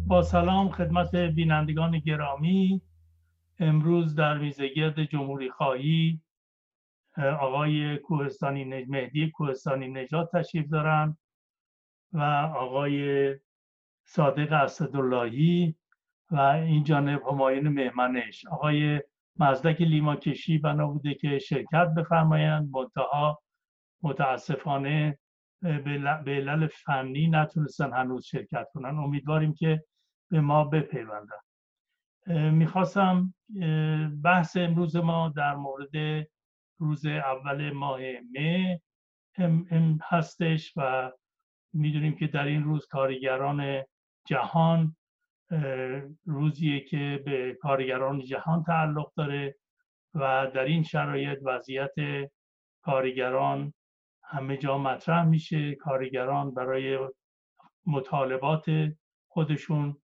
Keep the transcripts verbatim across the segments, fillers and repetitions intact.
با سلام خدمت بینندگان گرامی. امروز در میزگرد جمهوری خواهی آقای کوهستانی مهدی کوهستانی نژاد تشریف دارند و آقای صادق اسداللهی و این جانب همایون مهمنش. آقای مزدک لیماکشی بنا بوده که شرکت بفرمایند، منتها متاسفانه به علل فنی نتونستن هنوز شرکت کنن. امیدواریم که به ما بپیوندن. میخواستم بحث امروز ما در مورد روز اول ماه مه هستش و میدونیم که در این روز کارگران جهان روزیه که به کارگران جهان تعلق داره و در این شرایط وضعیت کارگران همه جا مطرح میشه. کارگران برای مطالبات خودشون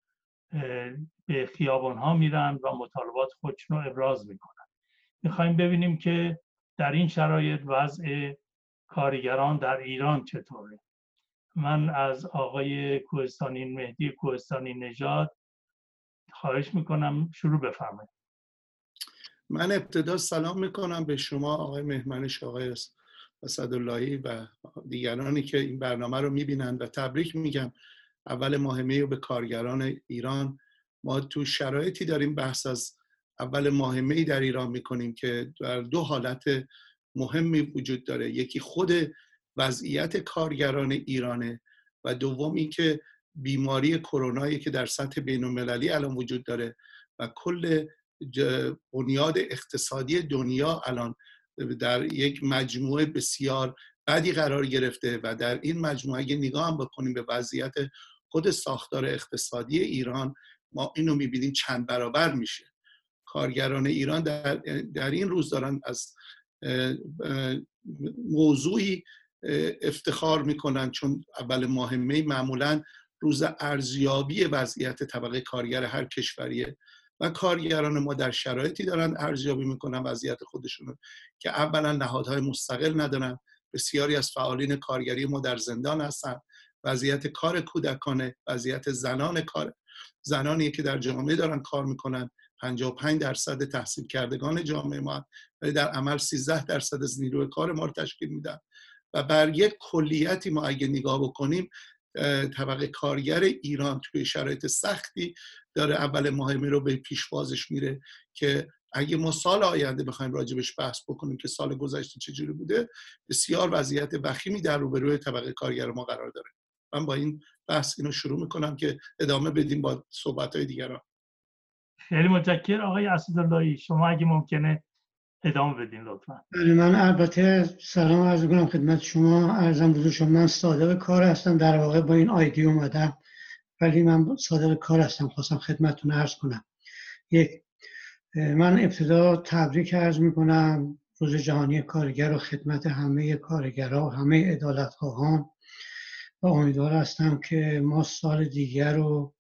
به خیابان ها میرن و مطالبات خودشون رو ابراز میکنن. میخوایم ببینیم که در این شرایط وضع کارگران در ایران چطوره. من از آقای کوهستانی مهدی کوهستانی نژاد خواهش میکنم شروع بفرمایید. من ابتدا سلام میکنم به شما آقای مهمنش، آقای اسداللهی و دیگرانی که این برنامه رو میبینن و تبریک میگم اول ماه مه رو به کارگران ایران. ما تو شرایطی داریم بحث از اول ماه مه در ایران میکنیم که در دو حالت مهمی وجود داره. یکی خود وضعیت کارگران ایرانه و دوم این که بیماری کرونایی که در سطح بین المللی الان وجود داره و کل بنیاد اقتصادی دنیا الان در یک مجموعه بسیار بدی قرار گرفته و در این مجموعه اگه نگاه هم بکنیم به وضعیت خود ساختار اقتصادی ایران، ما اینو میبینیم چند برابر میشه. کارگران ایران در, در این روز دارن از موضوعی افتخار میکنن چون اول ماه می معمولا روز ارزیابی وضعیت طبقه کارگر هر کشوریه و کارگران ما در شرایطی دارن ارزیابی میکنن وضعیت خودشونو که اولا نهادهای مستقل ندارن. بسیاری از فعالین کارگری ما در زندان هستن. وضعیت کار کودکانه، وضعیت زنان کار زنانی که در جامعه دارن کار میکنن پنجاه و پنج درصد تحصیل کردگان جامعه ما، ولی در عمل سیزده درصد از نیروی کار ما رو تشکیل میدن و بر یک کلیتی ما اگه نگاه بکنیم طبقه کارگر ایران توی شرایط سختی داره اول ماه مه رو به پیشوازش میره که اگه ما سال آینده بخوایم راجبش بحث بکنیم که سال گذشته چجوری بوده، بسیار وضعیت وخیمی در روبروی طبقه کارگر ما قرار داره. من با این بحث اینو شروع میکنم که ادامه بدیم با صحبت‌های دیگران. خیلی متشکرم آقای اسداللهی، شما اگه ممکنه ادامه بدین لطفا. من البته سلام عرض می‌کنم خدمت شما. عرضم بزرگ شما من صادق کار هستم، در واقع با این آیدی اومدم ولی من صادق کار هستم. خواستم خدمتتون عرض کنم. یک، من ابتدا تبریک عرض میکنم روز جهانی کارگر و خدمت همه کارگرها و همه عدالت‌خواهان و امیدوار هستم که ما سال دیگر رو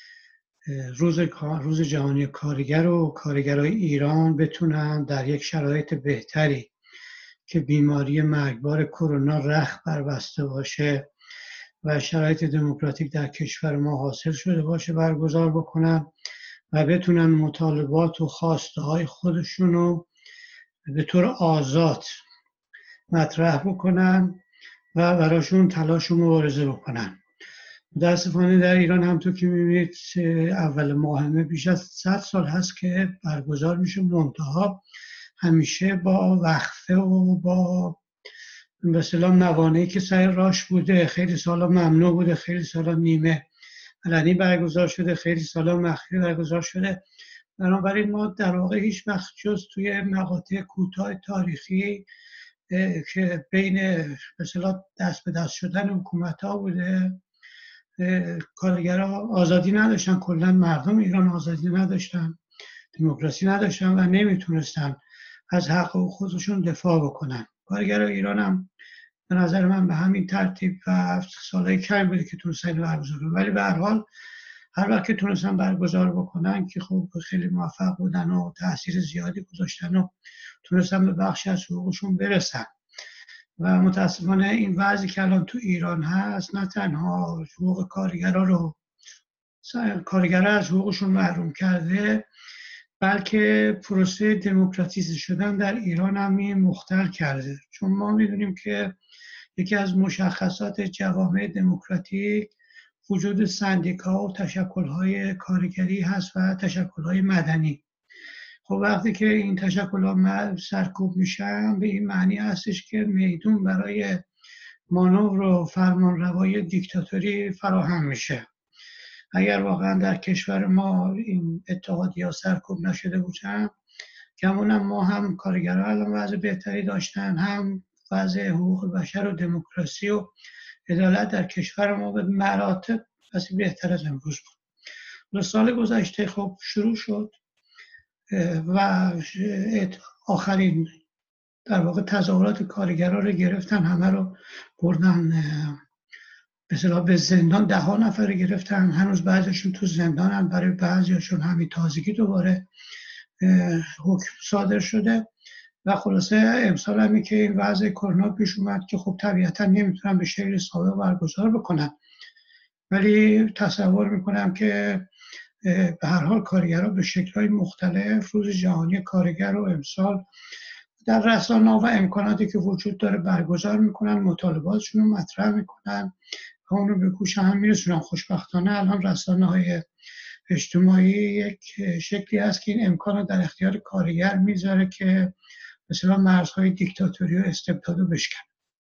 روز روز جهانی کارگر و کارگرای ایران بتونن در یک شرایط بهتری که بیماری مرگبار کرونا رخت بربسته باشه و شرایط دموکراتیک در کشور ما حاصل شده باشه برگزار بکنن و بتونن مطالبات و خواسته های خودشون رو به طور آزاد مطرح بکنن و براشون تلاش و مبارزه بکنن. متاسفانه در ایران همونطور که می‌بینید اول ماه مه بیش از صد سال هست که برگزار میشه، منتها همیشه با وقفه و با به اصطلاح موانعی که سر راش بوده. خیلی سالا ممنوع بوده، خیلی سالا نیمه علنی برگزار شده، خیلی سالا مخفی برگزار شده. بنابراین ما در واقع هیچ وقت جز توی مقاطع کوتاه تاریخی که بین به اصطلاح دست به دست شدن حکومت‌ها بوده، کارگرها آزادی نداشتن، کلا مردم ایران آزادی نداشتن، دموکراسی نداشتن و نمیتونستن از حق خودشون دفاع بکنن. کارگرای ایران هم به نظر من به همین ترتیب و سالهای کمی بوده که تونستن برگزار کنن، ولی به هر حال هر وقت که تونستن برگزار بکنن که خب خیلی موفق بودن و تاثیر زیادی گذاشتن و تونستن به بخشی از حقوقشون برسن. و متاسفانه این وضعی که الان تو ایران هست نه تنها حقوق کارگرها رو کارگرها از حقوقشون محروم کرده، بلکه پروسه دموکراتیزه شدن در ایران هم مختل کرده. چون ما میدونیم که یکی از مشخصات جوامع دموکراتیک وجود سندیکا و تشکل‌های کارگری هست و تشکل‌های مدنی. خب وقتی که این تشکل‌ها سرکوب میشن به این معنی هستش که میدون برای مانور و فرمانروایی دیکتاتوری فراهم میشه. اگر واقعا در کشور ما این اتحادیه‌ها سرکوب نشده بودن، گمونم ما هم کارگرها الان وضع بهتری داشتن، هم وضع حقوق بشر و دموکراسی و عدالت در کشور ما به مراتب بسی بهتر از امروز بود. سال گذشته خب شروع شد و آخرین در واقع تظاهرات کارگرها رو گرفتن، همه رو بردن به اصطلاح به زندان، ده ها نفر رو گرفتن، هنوز بعضیشون تو زندانن، برای بعضیشون همین تازگی دوباره حکم صادر شده. و خلاصه امسال همی که این وضع کرونا پیش اومد که خب طبیعتا نمیتونن به شکل سابق برگزار بکنن، ولی تصور میکنم که به هر حال کارگرها به شکل‌های مختلف روز جهانی کارگر رو امسال در رسانه‌ها و امکاناتی که وجود داره برگزار میکنن، مطالباتشون رو مطرح میکنن و اون رو به گوش هم میرسونن. خوشبختانه الان رسانه‌های اجتماعی یک شکلی هست که این امکان رو در اختیار کارگر میذاره که مثلا مرزهای دیکتاتوری و استبداد رو بشکنه.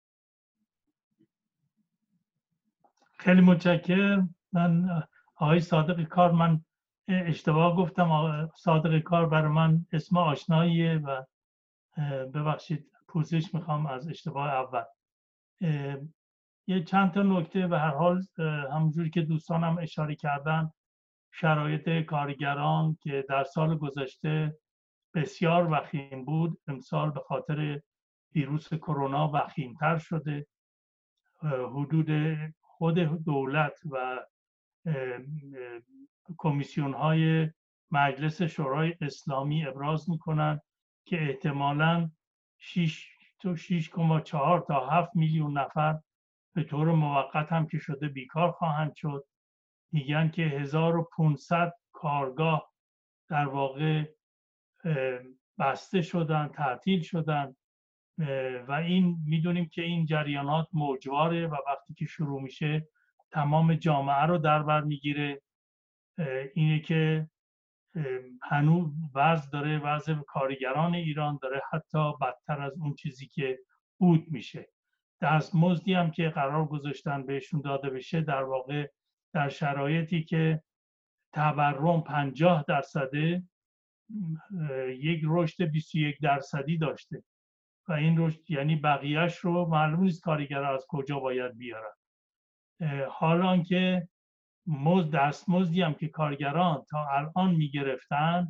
خیلی متشکرم. من آقای صادق کار، من اشتباه گفتم، آقای صادق کار برای من اسم آشناییه و ببخشید پوزش میخوام از اشتباه اول. یه چند تا نکته به هر حال همونجوری که دوستانم اشاره کردن، شرایط کارگران که در سال گذشته بسیار وخیم بود، امسال به خاطر ویروس کرونا وخیم‌تر شده. حدود خود دولت و کمیسیون‌های مجلس شورای اسلامی ابراز می‌کنند که احتمالاً شش کماه چهار تا هفت میلیون نفر به طور موقت هم که شده بیکار خواهند شد. میگن که هزار و پانصد کارگاه در واقع بسته شدن، تعطیل شدن و این میدونیم که این جریانات موجواره و وقتی که شروع میشه تمام جامعه رو در بر میگیره. اینه که هنوز وضع داره، وضع کارگران ایران داره حتی بدتر از اون چیزی که بود میشه. دستمزدی هم که قرار گذاشتن بهشون داده بشه در واقع در شرایطی که تورم پنجاه درصده یک رشد بیست و یک درصدی داشته و این رشد یعنی بقیهش رو معلوم نیست کارگرها از کجا باید بیارن. حالا که مزد دستمزدی هم که کارگران تا الان میگرفتن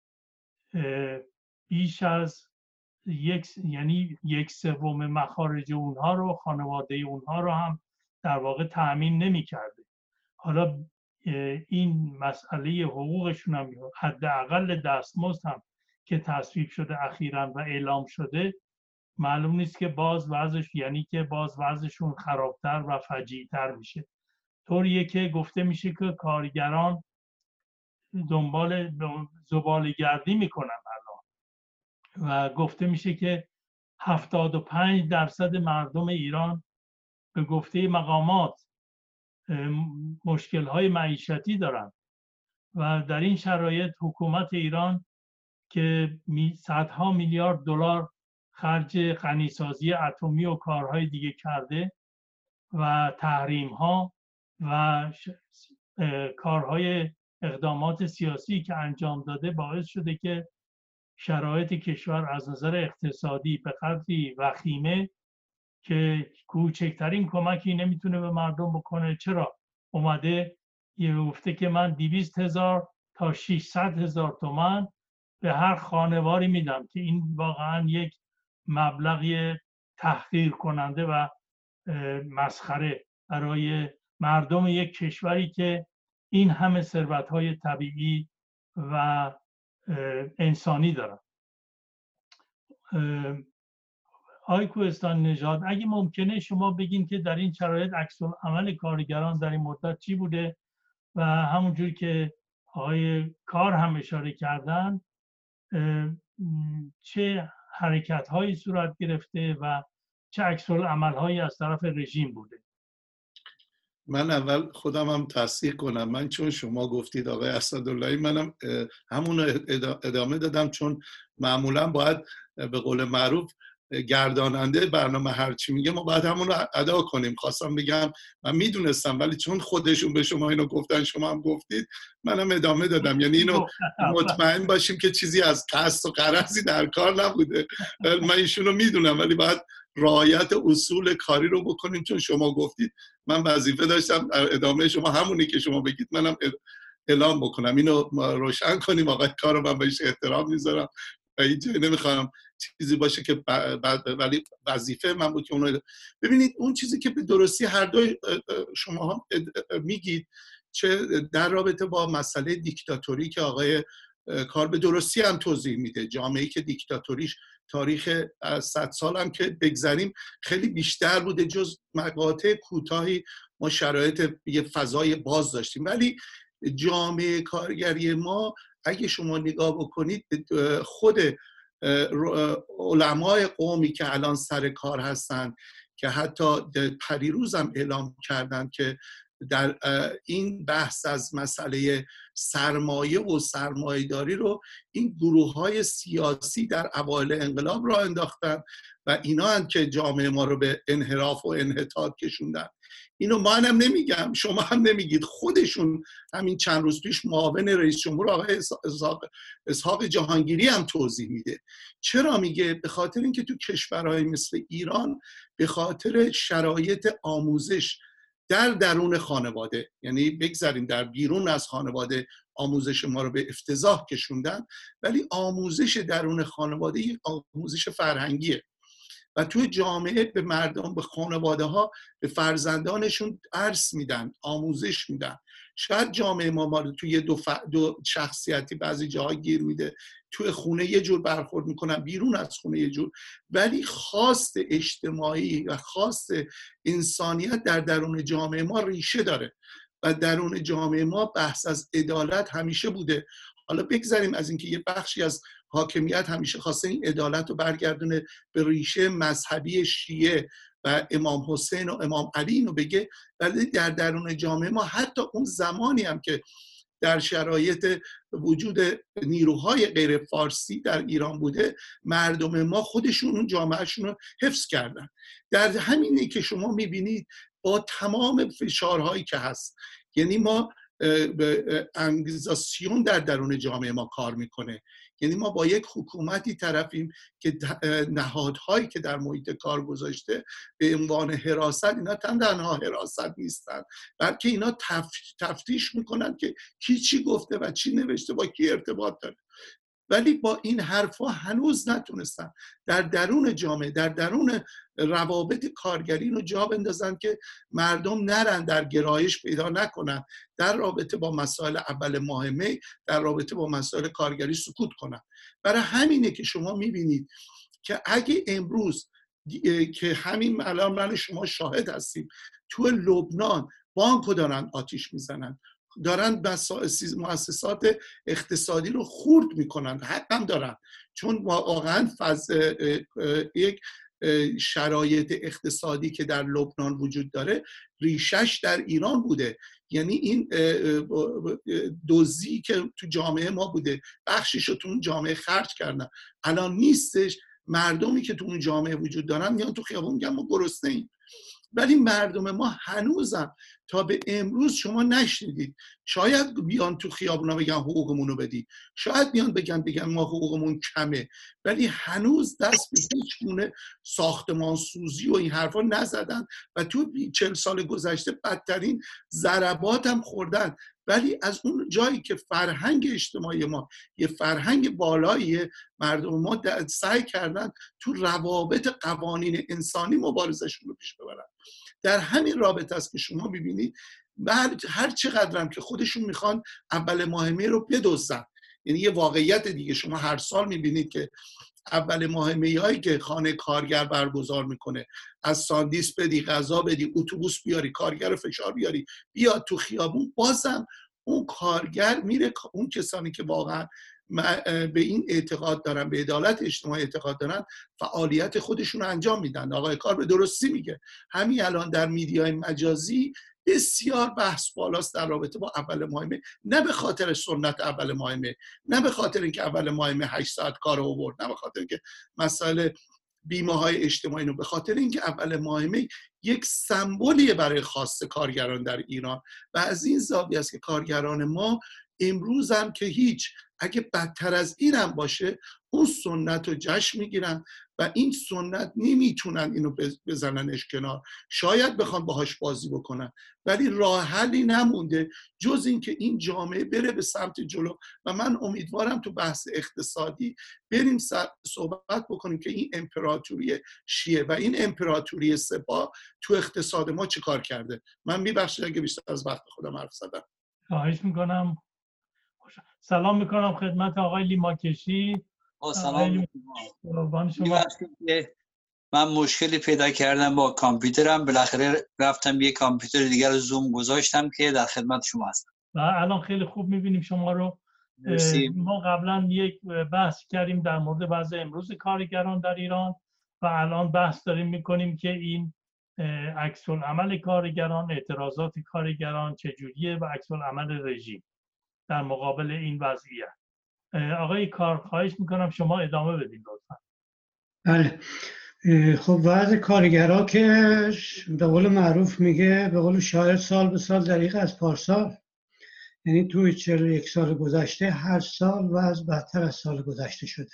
بیش از یک یعنی یک سوم مخارج اونها رو، خانواده اونها رو هم در واقع تأمین نمی‌کرده. حالا این مسئله حقوقشون هم حداقل دستمزد هم که تصویب شده اخیراً و اعلام شده، معلوم نیست که باز وضعش یعنی که باز وضعشون خرابتر و فجیع‌تر میشه. طوریه که گفته میشه که کارگران دنبال زباله‌گردی میکنن الان و گفته میشه که هفتاد و پنج درصد مردم ایران به گفته مقامات مشکل‌های معیشتی دارن و در این شرایط حکومت ایران که صدها میلیارد دلار خرج غنیسازی اتمی و کارهای دیگه کرده و تحریم‌ها و کارهای اقدامات سیاسی که انجام داده باعث شده که شرایط کشور از نظر اقتصادی به قدری وخیمه که کوچکترین کمکی نمیتونه به مردم بکنه. چرا؟ اومده یه گفته که من دویست هزار تا ششصد هزار تومان به هر خانواری میدم که این واقعا یک مبلغی تحقیر کننده و مسخره برای مردم یک کشوری که این همه ثروت‌های طبیعی و انسانی دارن. آقای کوهستانی نژاد، اگه ممکنه شما بگین که در این شرایط عکس العمل کارگران در این مدت چی بوده و همونجور که آقای کار هم اشاره کردن چه حرکت هایی صورت گرفته و چه عکس العمل هایی از طرف رژیم بوده. من اول خودم هم تصدیق کنم، من چون شما گفتید آقای اسداللهی منم همون ادامه دادم، چون معمولا باید به قول معروف گرداننده برنامه هرچی میگه ما باید همون رو ادا کنیم. خواستم بگم من میدونستم، ولی چون خودشون به شما اینو گفتن شما هم گفتید منم ادامه دادم. یعنی اینو مطمئن باشیم که چیزی از قصد و غرضی در کار نبوده. من ایشونو میدونم ولی باید رعایت اصول کاری رو بکنیم، چون شما گفتید من وظیفه داشتم در ادامه شما همونی که شما بگید منم اعلام بکنم. اینو روشن کنیم. آقای کارو من بهش احترام میذارم و هیچ جایی نمیخوام چیزی باشه که ولی وظیفه من بود که اونو. ببینید اون چیزی که به درستی هر دو شما میگید، چه در رابطه با مسئله دیکتاتوری که آقای کار به درستی هم توضیح میده، جامعه‌ای که دیکتاتوریش تاریخ صد سال هم که بگذاریم خیلی بیشتر بوده، جز مقاطع کوتاهی ما شرایط یه فضای باز داشتیم. ولی جامعه کارگری ما اگه شما نگاه بکنید، خود علمای قومی که الان سر کار هستن که حتی پریروز هم اعلام کردن که در این بحث از مسئله سرمایه و سرمایه‌داری رو این گروه‌های سیاسی در اوایل انقلاب راه انداختن و اینا هم که جامعه ما رو به انحراف و انحطاط کشوندن. اینو منم نمیگم، شما هم نمیگید، خودشون همین چند روز پیش معاون رئیس جمهور آقای اسحاق, اسحاق جهانگیری هم توضیح میده. چرا میگه؟ به خاطر اینکه تو کشورهای مثل ایران به خاطر شرایط آموزش در درون خانواده، یعنی بگذاریم در بیرون از خانواده آموزش ما رو به افتضاح کشوندن، ولی آموزش درون خانواده یک آموزش فرهنگیه و توی جامعه به مردم، به خانواده ها، به فرزندانشون درس میدن، آموزش میدن. شاید جامعه ما ما رو توی دو, ف... دو شخصیتی بعضی جاها گیر میده، توی خونه یه جور برخورد میکنن، بیرون از خونه یه جور، ولی خواست اجتماعی و خواست انسانیت در درون جامعه ما ریشه داره و درون جامعه ما بحث از عدالت همیشه بوده. حالا بگذاریم از اینکه یه بخشی از حاکمیت همیشه خواسته این عدالت رو برگردونه به ریشه مذهبی شیعه و امام حسین و امام علی اینو بگه، ولی در درون جامعه ما حتی اون زمانی هم که در شرایط وجود نیروهای غیر فارسی در ایران بوده، مردم ما خودشون اون جامعهشون رو حفظ کردن. در همینه که شما میبینید با تمام فشارهایی که هست، یعنی ما انگیزاسیون در درون جامعه ما کار میکنه، یعنی ما با یک حکومتی طرفیم که نهادهایی که در محیط کار گذاشته به عنوان حراست، اینا تنها حراست نیستن بلکه اینا تفتیش میکنن که کی چی گفته و چی نوشته، با کی ارتباط داره. ولی با این حرفا هنوز نتونستن در درون جامعه، در درون روابط کارگری رو جا بندازن که مردم نرن در گرایش پیدا نکنن، در رابطه با مسائل اول ماه می، در رابطه با مسائل کارگری سکوت کنن. برای همینه که شما میبینید که اگه امروز که همین الان من شما شاهد هستیم، تو لبنان بانکو دارن آتیش میزنن، دارن مؤسسات اقتصادی رو خورد میکنن، حق هم دارن، چون واقعا فاز یک شرایط اقتصادی که در لبنان وجود داره ریشش در ایران بوده. یعنی این دزدی که تو جامعه ما بوده بخشش رو تو اون جامعه خرج کردن، الان نیستش. مردمی که تو اون جامعه وجود دارن میان تو خیابون میگن ما گرسنه‌ایم، ولی مردم ما هنوزم تا به امروز شما نشنیدید. شاید بیان تو خیابونا بگن حقوقمون رو بدید، شاید بیان بگن بگن ما حقوقمون کمه، ولی هنوز دست به هیچ گونه ساختمان سوزی و این حرفا نزدن و تو چهل سال گذشته بدترین ضربات هم خوردن. ولی از اون جایی که فرهنگ اجتماعی ما یه فرهنگ بالاییه، مردم ما سعی کردن تو روابط قوانین انسانی مبارزشون رو پیش ببرن. در همین رابطه است که شما ببینید هر چقدر هم که خودشون میخوان اول ماه می رو بدزدن، یعنی یه واقعیت دیگه. شما هر سال میبینید که اول ماه می هایی که خانه کارگر برگزار میکنه، از ساندیس بدی، غذا بدی، اتوبوس بیاری، کارگر فشار بیاری بیاد تو خیابون، بازم اون کارگر میره، اون کسانی که واقعا به این اعتقاد دارن، به عدالت اجتماعی اعتقاد دارن، فعالیت خودشون رو انجام میدن. آقای کار به درستی میگه. همین الان در میدیای مجازی بسیار بحث بالاست در رابطه با اول ماه می، نه به خاطر سنت اول ماه می، نه به خاطر اینکه اول ماه می هشت ساعت کار آورد، نه به خاطر اینکه مسائل بیمه های اجتماعی، رو به خاطر اینکه اول ماه می یک سمبولیه برای خواست کارگران در ایران و از این زاویه است که کارگران ما امروز هم که هیچ، اگه بدتر از این هم باشه، اون سنت رو جشن میگیرن و این سنت نمیتونن اینو بزننش کنار. شاید بخوان باهاش بازی بکنن، ولی راه حلی نمونده جز این که این جامعه بره به سمت جلو. و من امیدوارم تو بحث اقتصادی بریم صحبت بکنیم که این امپراتوری شیعه و این امپراتوری سپاه تو اقتصاد ما چه کار کرده. من میبخشید اگه بیشتر از وقت خودم حرف زدم. خواهش میکنم. سلام میکنم خدمت آقای لیماکشی. سلام. من مشکلی پیدا کردم با کامپیوترم، بالاخره رفتم یه کامپیوتر دیگر رو زوم گذاشتم که در خدمت شما هستم. الان خیلی خوب میبینیم شما رو. مرسی. ما قبلا یک بحث کردیم در مورد وضع امروز کارگران در ایران و الان بحث داریم میکنیم که این عکس العمل کارگران، اعتراضات کارگران چجوریه و عکس العمل رژیم در مقابل این وضعیت. آقای کار خواهش میکنم شما ادامه بدین لطفا. بله. خب وضع کارگرها که به قول معروف میگه، به قول شاعر، سال به سال دریغ از پارسال. یعنی توی چهل و یک سال گذشته هر سال وضع بدتر از سال گذشته شده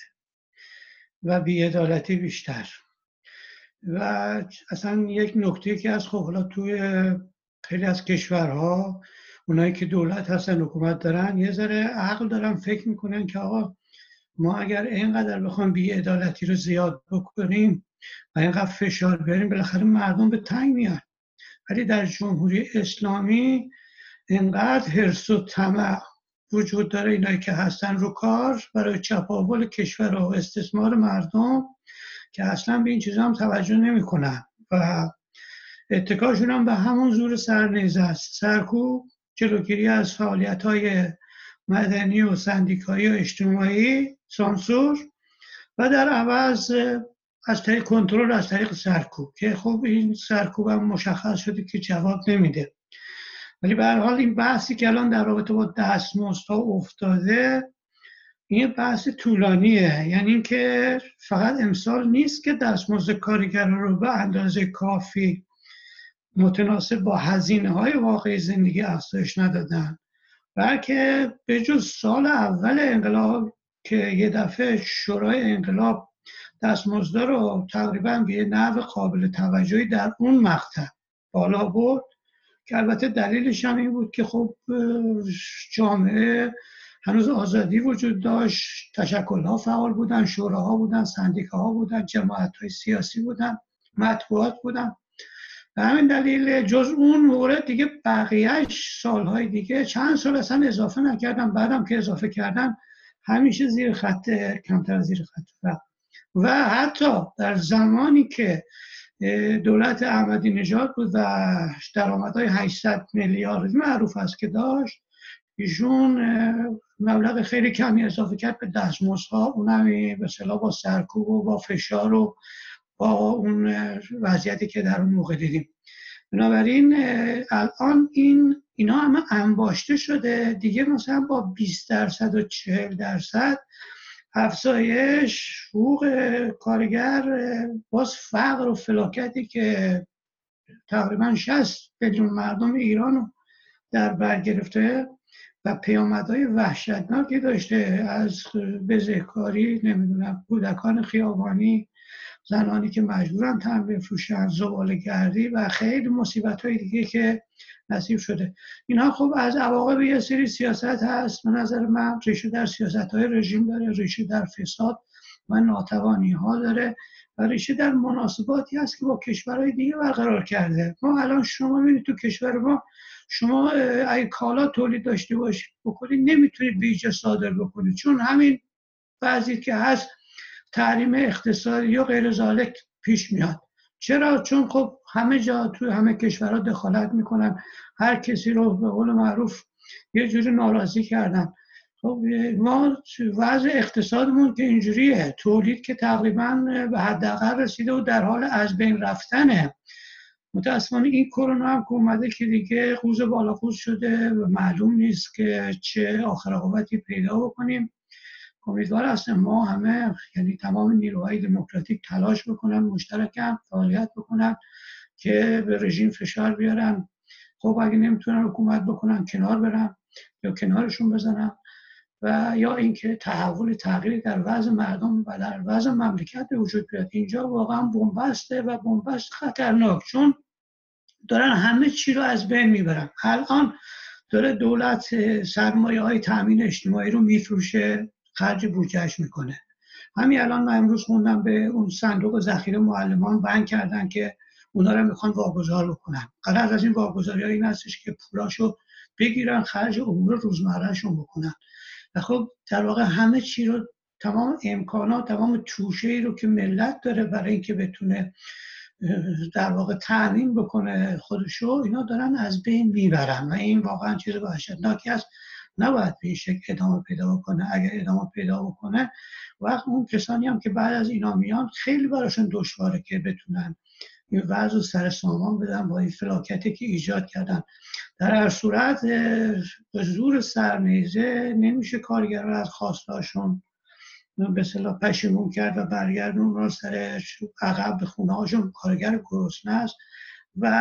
و بی‌عدالتی بیشتر. و اصلا یک نکته که از خب حالا توی خیلی از کشورها اونایی که دولت هستن، حکومت دارن، یه ذره عقل دارن، فکر میکنن که آقا ما اگر اینقدر بخوام بی‌عدالتی رو زیاد بکنیم و اینقدر فشار بیاریم، بالاخره مردم به تنگ میان. ولی در جمهوری اسلامی اینقدر حرص و طمع وجود داره، اینایی که هستن رو کار برای چپاول کشور و استثمار مردم، که اصلا به این چیزا هم توجه نمیکنن و اتکاشون هم به همون زور سرنیزه است. سرکوب، جلوگیری از فعالیت‌های مدنی و سندیکایی و اجتماعی، سانسور، و در عوض از طریق کنترل، از طریق سرکوب، که خب این سرکوب هم مشخص شده که جواب نمیده. ولی به هر حال این بحثی که الان در رابطه با دستمزدها افتاده، این بحث طولانیه. یعنی اینکه فقط امسال نیست که دستمزد کارگران رو به اندازه کافی متناسب با هزینه‌های واقعی زندگی افزایش ندادن، بلکه به جز سال اول انقلاب که یه دفعه شورای انقلاب دستمزد رو تقریبا به یه نحو قابل توجهی در اون مقطع بالا برد، که البته دلیلش هم این بود که خب جامعه هنوز آزادی وجود داشت، تشکل‌ها فعال بودن، شوراها بودن، سندیکاها بودن، جماعت‌های سیاسی بودن، مطبوعات بودن. به همین دلیل جز اون مورد دیگه بقیهش سالهای دیگه چند سال اصلا اضافه نکردن، بعدم که اضافه کردن همیشه زیر خط، کمتر زیر خط رفت. و حتی در زمانی که دولت احمدی نژاد بود و درآمدهای هشتصد میلیاردی معروف است که داشت، ایشون مبلغ خیلی کمی اضافه کرد به دستمزدها، اونم به اصطلاح با سرکوب و با فشار و با اون وضعیتی که در اون موقع دیدیم. بنابراین الان این اینا همه انباشته شده دیگه، مثلا با بیست درصد و چهل درصد افزایش حقوق کارگر، باز فقر و فلاکتی که تقریبا شصت میلیون مردم ایران رو در بر گرفته و پیامدهای وحشتناکی داشته، از بزهکاری، نمیدونم کودکان خیابانی، زنانی که مجبورن تن بفروشن، زباله‌گردی و خیلی مصیبت‌های دیگه که نصیب شده. اینها خب از عواقب یه سری سیاست هست. به نظر من ریشه در سیاست‌های رژیم داره، ریشه در فساد و ناتوانی‌ها داره و ریشه در مناسباتی هست که با کشورهای دیگه برقرار کرده. ما الان شما میبینید تو کشور ما شما اگه کالا تولید داشته باشید بکنید نمیتونید بیجا صادر بکنید، چون همین وضعیت که هست تحریم اقتصادی یا غیر ذالک پیش میاد. چرا؟ چون خب همه جا تو همه کشورها دخالت میکنن، هر کسی رو به قول معروف یه جوری ناراضی کردن. خب ما وضع اقتصادمون که اینجوریه، تولید که تقریبا به حداقل رسیده و در حال از بین رفتنه. متاسفانه این کرونا هم که اومده که دیگه قوز بالا قوز شده و معلوم نیست که چه آخر عاقبتی پیدا بکنیم. امیدوار هستم ما همه، یعنی تمام نیروهای دموکراتیک تلاش بکنن، مشترکاً فعالیت بکنن که به رژیم فشار بیارن. خب اگه نمیتونن حکومت بکنن کنار برن یا کنارشون بزنن، و یا اینکه تحول تغییری در وضع مردم و در وضع مملکت به وجود بیاد. اینجا واقعا بنبسته و بنبست خطرناک، چون دارن همه چی رو از بین میبرن. الان داره دولت سرمایه های تامین اجتماعی رو میفروشه، خرج بودجهش میکنه. همین الان من امروز خوندم به اون صندوق ذخیره معلمان بند کردن که اونا رو میخوان واگذار بکنن. غرض از این واگذاری ها این هستش که پولاشو بگیرن خرج امور روزمرهشون بکنن. و خب در واقع همه چی رو، تمام امکانات، تمام توشه ای رو که ملت داره برای اینکه بتونه در واقع تامین بکنه خودشو، اینا دارن از بین میبرن و این واقعا چیز وحشتناکی است. نباید به این شکل ادامه پیدا بکنه. اگر ادامه پیدا بکنه وقت اون کسانی هم که بعد از اینا میان خیلی براشون دشواره که بتونن این وضع رو سر سامان بدن با این فلاکتی که ایجاد کردن. در هر صورت به زور سرنیزه نمیشه کارگران از خواستهاشون به اصطلاح پشیمون کرد و برگردون رو سر عقب به خونه هاشون. کارگر گرسنه است و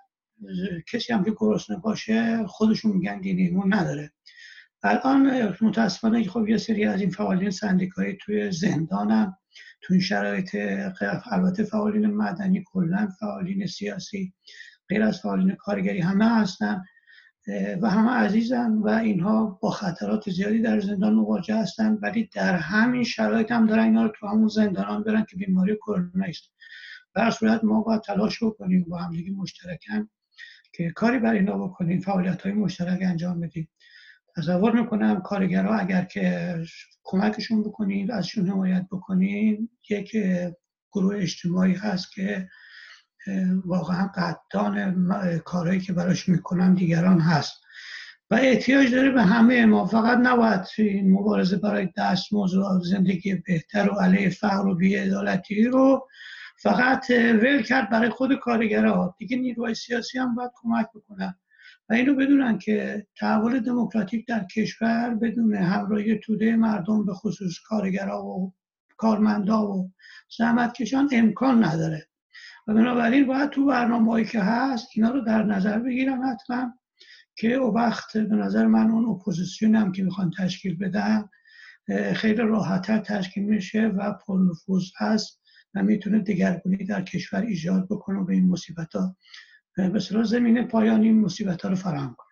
کسی هم که گرسنه باشه خودشون میگن دین ایمون نداره. الان متاسفانه خب یه سری از این فعالین سندیکایی توی زندانن، تو این شرایط. البته فعالین مدنی، کلا فعالین سیاسی، غیر از فعالین کارگری همه هستن و همه عزیزن و اینها با خطرات زیادی در زندان مواجه هستن، ولی در همین شرایط هم دارن اینا رو تو همون زندان برن که بیماری کرونا است. در هر صورت ما باید تلاش بکنیم با هم دیگه مشترکاً که کاری برای اینا بکنیم، فعالیت‌های مشترک انجام بدیم. تصور میکنم کارگرها اگر که کمکشون بکنید، ازشون حمایت بکنید، یک گروه اجتماعی هست که واقعا قدردان کارهایی که براش میکنن دیگران هست و احتیاج داره به همه ما. فقط نباید این مبارزه برای دستمزد و زندگی بهتر و علیه فقر و بی‌عدالتی رو فقط ول کرد برای خود کارگرها. دیگه نیروهای سیاسی هم باید کمک بکنن و اینو بدونن که تحول دموکراتیک در کشور بدون همراهی توده مردم، به خصوص کارگرها و کارمندا و زحمتکشان، امکان نداره. و بنابراین باید تو برنامه‌هایی که هست اینا رو در نظر بگیرن حتما، که او وقت به نظر من اون اپوزیسیون هم که میخوان تشکیل بدن خیلی راحت‌تر تشکیل میشه و پرنفوذ هست و میتونه دگرگونی در کشور ایجاد بکنه و به این مصیبت‌ها به اصطلاح زمینه پایانی این مصیبت‌ها رو فراهم کنه.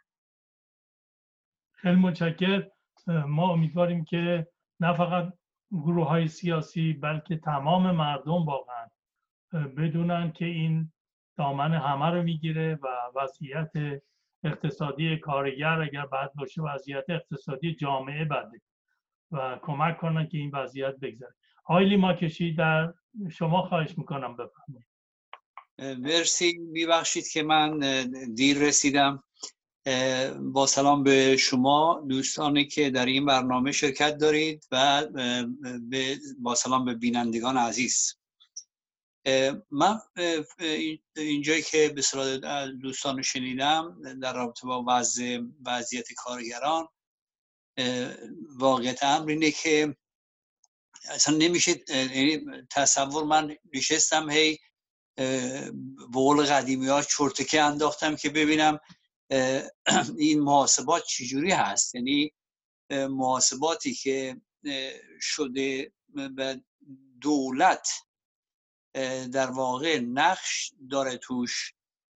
خیلی متشکرم. ما امیدواریم که نه فقط گروه‌های سیاسی بلکه تمام مردم واقعا بدونن که این دامن همه رو میگیره و وضعیت اقتصادی کارگر اگر بد باشه وضعیت اقتصادی جامعه بده و کمک کنن که این وضعیت بگذره. آقای لیماکشی، در شما خواهش میکنم بفرمایید. مرسی. میبخشید که من دیر رسیدم. با سلام به شما دوستانی که در این برنامه شرکت دارید و با سلام به بینندگان عزیز. من اینجایی که به صلاح دوستان شنیدم در رابطه با وضع وضعیت کارگران، واقعیت امر اینه که اصلا نمیشه تصور. من نشستم هی به قول قدیمی ها چرتکه انداختم که ببینم این محاسبات چجوری هست. یعنی محاسباتی که شده به دولت در واقع نقش داره توش،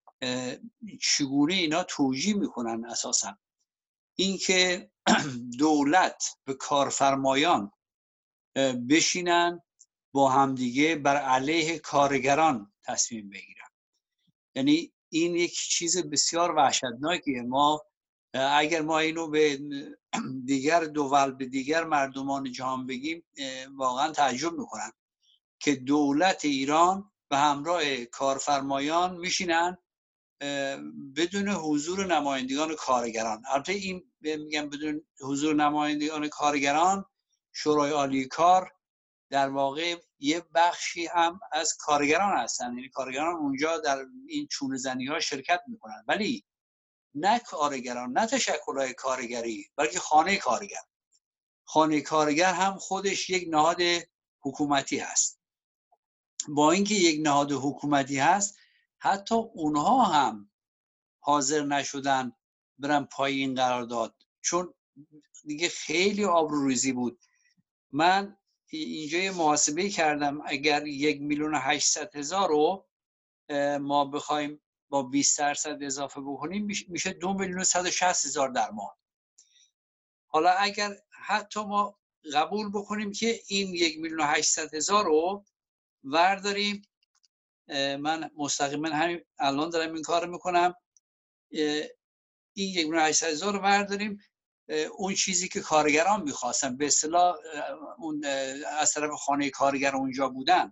چگونه اینا توجیه میکنن. اساسا این که دولت به کارفرمایان بشینن با همدیگه بر علیه کارگران تصمیم بگیرن. یعنی این یک چیز بسیار وحشتناکیه. ما اگر ما اینو به دیگر دول، به دیگر مردمان جهان بگیم، واقعا تعجب میکنن که دولت ایران به همراه کارفرمایان میشینن بدون حضور نمایندگان کارگران. البته این میگم بدون حضور نمایندگان کارگران، شورای عالی کار در واقع یه بخشی هم از کارگران هستن، یعنی کارگران اونجا در این چونه زنی ها شرکت میکنن، ولی نه کارگران، نه تشکل‌های کارگری، بلکه خانه کارگر. خانه کارگر هم خودش یک نهاد حکومتی هست. با اینکه یک نهاد حکومتی هست، حتی اونها هم حاضر نشدن برن پای این قرارداد، چون دیگه خیلی آبروریزی بود. من اینجا یه محاسبه کردم، اگر یک میلیون و هشتصد هزار رو ما بخوایم با بیست درصد اضافه بکنیم میشه دو میلیون و صد و شصت هزار در ماه. حالا اگر حتی ما قبول بکنیم که این یک میلیون و هشتصد هزار رو ورداریم، من مستقیما همین الان دارم این کار میکنم، این یک میلیون و هشتصد هزار رو ورداریم، اون چیزی که کارگران میخواستن، به اصطلاح اون از طرف خانه کارگر اونجا بودن،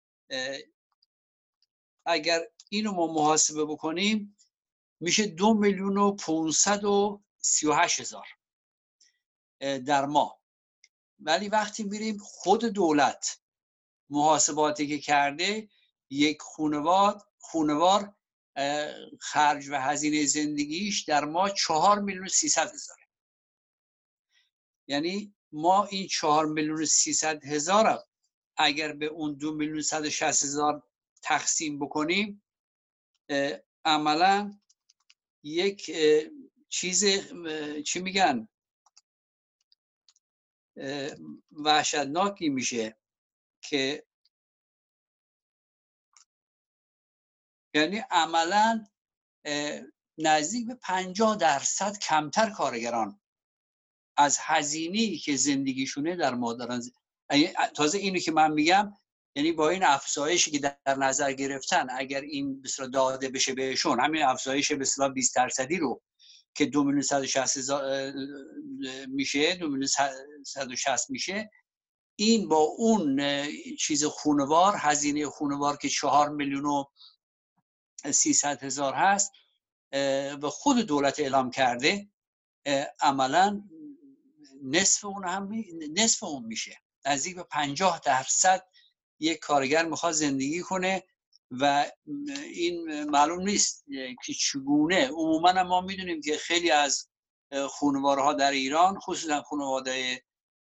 اگر اینو ما محاسبه بکنیم میشه دو میلیون و پانصد و سی و هشت هزار در ماه. ولی وقتی میریم خود دولت محاسباتی که کرده، یک خانوار خانوار خرج و هزینه زندگیش در ماه چهار میلیون و سیصد هزار. یعنی ما این چهار میلیون و سیصد هزار اگر به اون دو میلیون و صد و شصت هزار تقسیم بکنیم، عملا یک چیز چی میگن وحشتناکی میشه که یعنی عملا نزدیک به پنجاه درصد کمتر کارگران از هزینه‌ای که زندگیشونه در ما دارن. تازه اینو که من میگم، یعنی با این افزایشی که در نظر گرفتن، اگر این به اصطلاح داده بشه بهشون، همین افزایش به اصطلاح بیست درصدی رو که دو میلیون و صد و شصت هزار میشه، دو میلیون و صد و شصت میشه، این با اون چیز خانوار، هزینه خانوار که چهار میلیون و سیصد هزار هست و خود دولت اعلام کرده، عملا نصف اون هم نصف اون میشه. نزدیک به پنجاه درصد یک کارگر میخواد زندگی کنه و این معلوم نیست که چگونه. عموما ما میدونیم که خیلی از خانوارها در ایران، خصوصا خانواده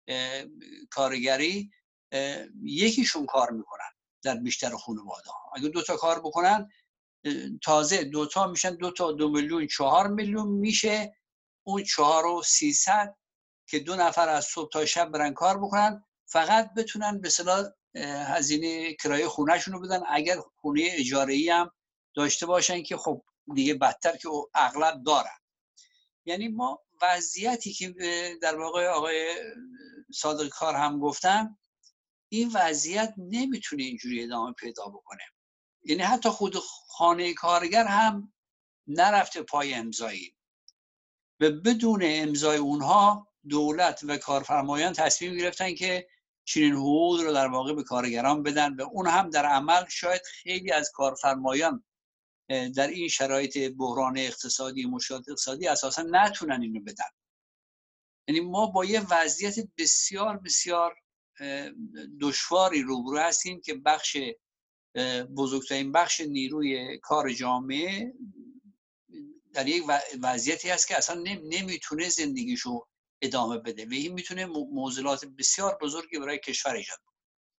کارگری، یکیشون کار میکنن در بیشتر خانواده ها. اگه دوتا کار بکنن، تازه دوتا میشن دوتا دو میلیون چهار میلیون میشه. اون چهار و سیصد که دو نفر از صبح تا شب برن کار بکنن، فقط بتونن به اصطلاح هزینه کرایه خونه‌شون رو بدن، اگر خونه اجاره‌ای هم داشته باشن که خب دیگه بدتر که اغلب دارن. یعنی ما وضعیتی که در واقع آقای صادق کار هم گفتن، این وضعیت نمیتونه اینجوری ادامه پیدا بکنه. یعنی حتی خود خانه کارگر هم نرفته پای امضایی و بدون امضای اونها دولت و کارفرمایان تصمیم گرفتن که چنین حقوق رو در واقع به کارگران بدن و اون هم در عمل شاید خیلی از کارفرمایان در این شرایط بحران اقتصادی، مشکلات اقتصادی، اساسا نتونن اینو بدن. یعنی ما با یه وضعیت بسیار بسیار دشواری روبرو هستیم که بخش بزرگترین بخش نیروی کار جامعه در یک وضعیتی هست که اصلا نمیتونه زندگیشو ادامه بده و این میتونه معضلات بسیار بزرگی برای کشور ایجاد کنه.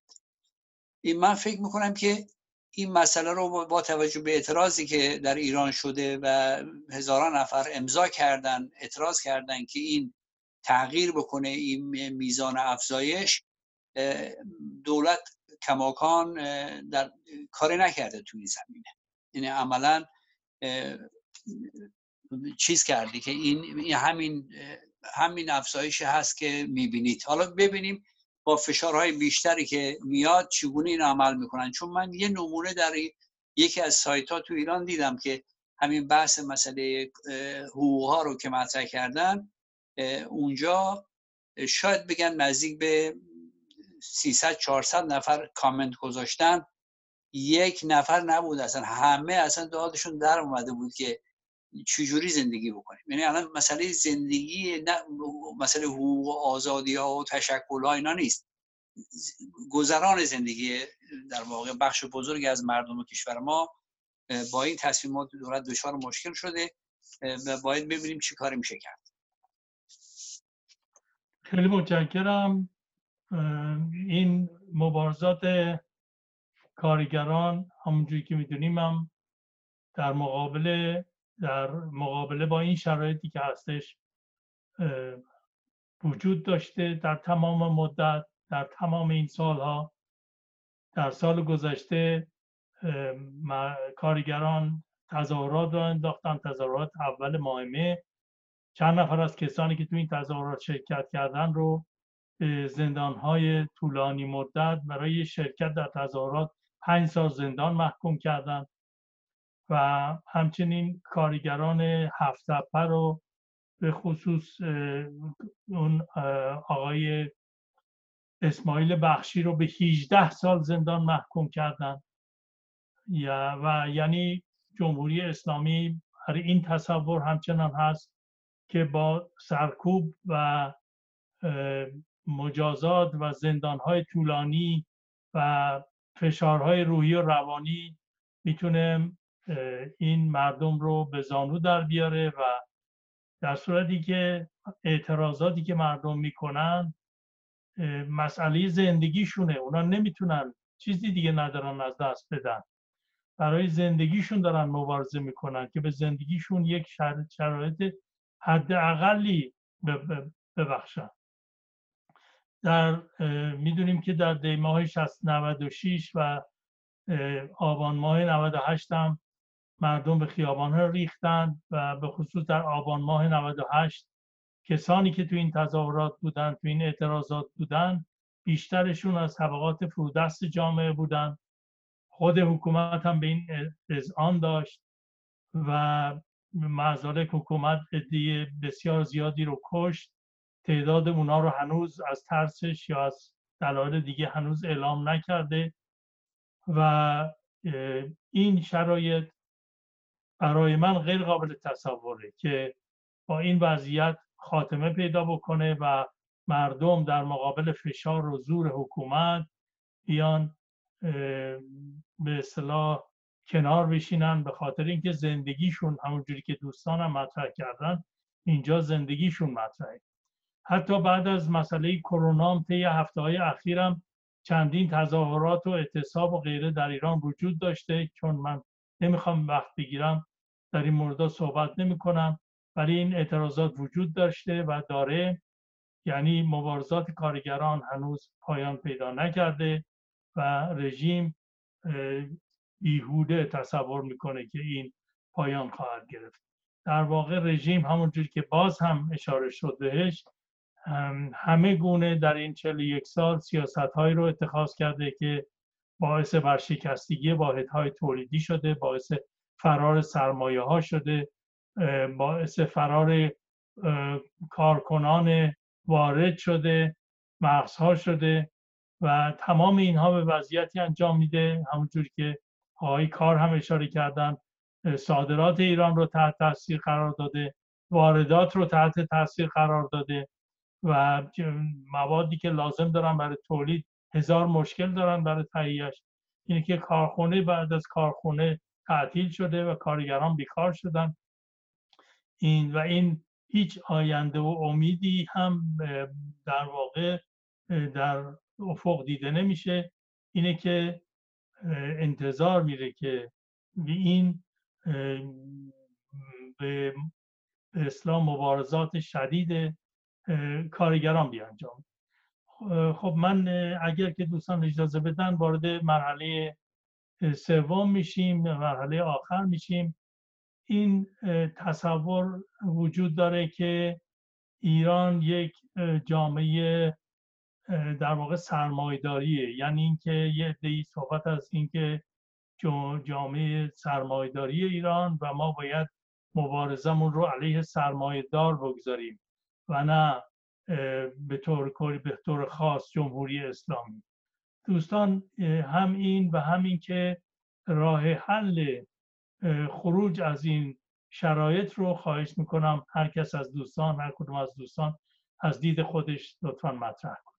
این من فکر میکنم که این مسئله رو با توجه به اعتراضی که در ایران شده و هزاران نفر امضا کردن، اعتراض کردن که این تغییر بکنه این میزان افزایش، دولت کماکان در کاری نکرده توی این زمینه. یعنی عملا چیز کرده که این همین همین افزایش هست که میبینید. حالا ببینیم با فشارهای بیشتری که میاد چگونه این عمل میکنن. چون من یه نمونه در یکی از سایت ها تو ایران دیدم که همین بحث مسئله حقوق ها رو که مطرح کردن، اونجا شاید بگن نزدیک به سیصد چهارصد نفر کامنت گذاشتن، یک نفر نبود اصلا، همه اصلا دادشون در اومده بود که چجوری زندگی بکنیم. یعنی الان مسئله زندگی، نه مسئله حقوق و آزادی ها و تشکل ها اینا نیست، گذران زندگی در واقع بخش بزرگی از مردم و کشور ما با این تصمیمات دولت دچار مشکل شده و باید ببینیم چی کاری میشه کرد. خیلی متشکرم. این مبارزات کارگران همونجوری که میدونیم هم در مقابل در مقابله با این شرایطی که هستش وجود داشته در تمام مدت، در تمام این سالها. در سال گذشته کارگران تظاهرات را انداختن، تظاهرات اول ماه مه. چند نفر از کسانی که تو این تظاهرات شرکت کردن رو به زندانهای طولانی مدت برای شرکت در تظاهرات پنج سال زندان محکوم کردن و همچنین کارگران هفت تپه رو به خصوص اون آقای اسماعیل بخشی رو به هجده سال زندان محکوم کردن. و یعنی جمهوری اسلامی برای این تصور همچنان هست که با سرکوب و مجازات و زندانهای طولانی و فشارهای روحی و روانی میتونه این مردم رو به زانو در بیاره و در صورتی که اعتراضاتی که مردم میکنن مسئله زندگیشونه، اونا نمیتونن چیزی دیگه ندارن از دست بدن، برای زندگیشون دارن مبارزه میکنن که به زندگیشون یک شرایط حداقلی ببخشن. در میدونیم که در دی ماه نود و شش و آبان ماه نود و هشت هم مردم به خیابان‌ها ریختن و به خصوص در آبان ماه نود و هشت کسانی که تو این تظاهرات بودن، تو این اعتراضات بودن، بیشترشون از طبقات فرودست جامعه بودن. خود حکومت هم به این اذعان داشت و معذالک حکومت عده بسیار زیادی رو کشت. تعداد اونا رو هنوز از ترسش یا از دلایل دیگه هنوز اعلام نکرده و این شرایط برای من غیر قابل تصوره که با این وضعیت خاتمه پیدا بکنه و مردم در مقابل فشار و زور حکومت بیان به اصطلاح کنار بشینن، به خاطر اینکه زندگیشون همونجوری که دوستانم مطرح کردن اینجا زندگیشون مطرحه. حتی بعد از مسئله کرونا هم طی هفته‌های اخیرم چندین تظاهرات و اعتصاب و غیره در ایران وجود داشته. چون من نمیخوام وقت بگیرم در این مورد صحبت نمی کنم، ولی این اعتراضات وجود داشته و داره. یعنی مبارزات کارگران هنوز پایان پیدا نکرده و رژیم بیهوده تصور میکنه که این پایان خواهد گرفت. در واقع رژیم همونجوری که باز هم اشاره شد بهش، همه گونه در این چهل و یک سال سیاست‌هایی رو اتخاذ کرده که باعث ورشکستگی واحدهای تولیدی شده، باعث فرار سرمایه‌ها شده، باعث فرار کارکنان وارد شده، مغزها شده و تمام اینها به وضعیتی انجام میده همونجوری که آقای کار هم اشاره کردن، صادرات ایران رو تحت تاثیر قرار داده، واردات رو تحت تاثیر قرار داده و موادی که لازم دارن برای تولید هزار مشکل دارن برای تهیه‌اش. اینه که کارخونه بعد از کارخونه تعطیل شده و کارگران بیکار شدن. این و این هیچ آینده و امیدی هم در واقع در افق دیده نمیشه. اینه که انتظار میره که این به اسلام مبارزات شدید کارگران بیانجام. خب من اگر که دوستان اجازه بدن وارد مرحله سوم میشیم، مرحله آخر میشیم. این تصور وجود داره که ایران یک جامعه در واقع سرمایه‌داریه، یعنی اینکه یه عده‌ای صحبت از اینکه جامعه سرمایه‌داری ایران و ما باید مبارزمون رو علیه سرمایه‌دار بگذاریم و نه به طور کلی به طور خاص جمهوری اسلامی. دوستان هم این و همین که راه حل خروج از این شرایط رو خواهش میکنم هر کس از دوستان، هر کدوم از دوستان از دید خودش لطفاً مطرح کنه.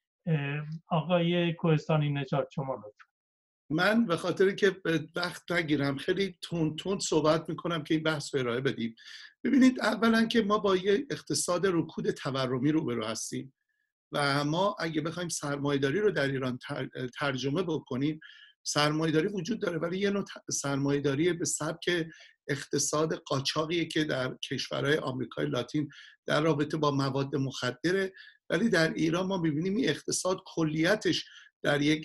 آقای کوهستانی نژاد شما لطفاً. من به خاطر که وقت نگیرم خیلی تون تون صحبت میکنم که این بحث رو ارائه بدیم. ببینید، اولا که ما با یه اقتصاد رکود تورمی روبرو هستیم و ما اگه بخوایم سرمایه‌داری رو در ایران ترجمه بکنیم، سرمایه‌داری وجود داره ولی یه نوع سرمایه‌داری به سبک اقتصاد قاچاقیه که در کشورهای آمریکای لاتین در رابطه با مواد مخدره، ولی در ایران ما می‌بینیم این اقتصاد کلیتش در یک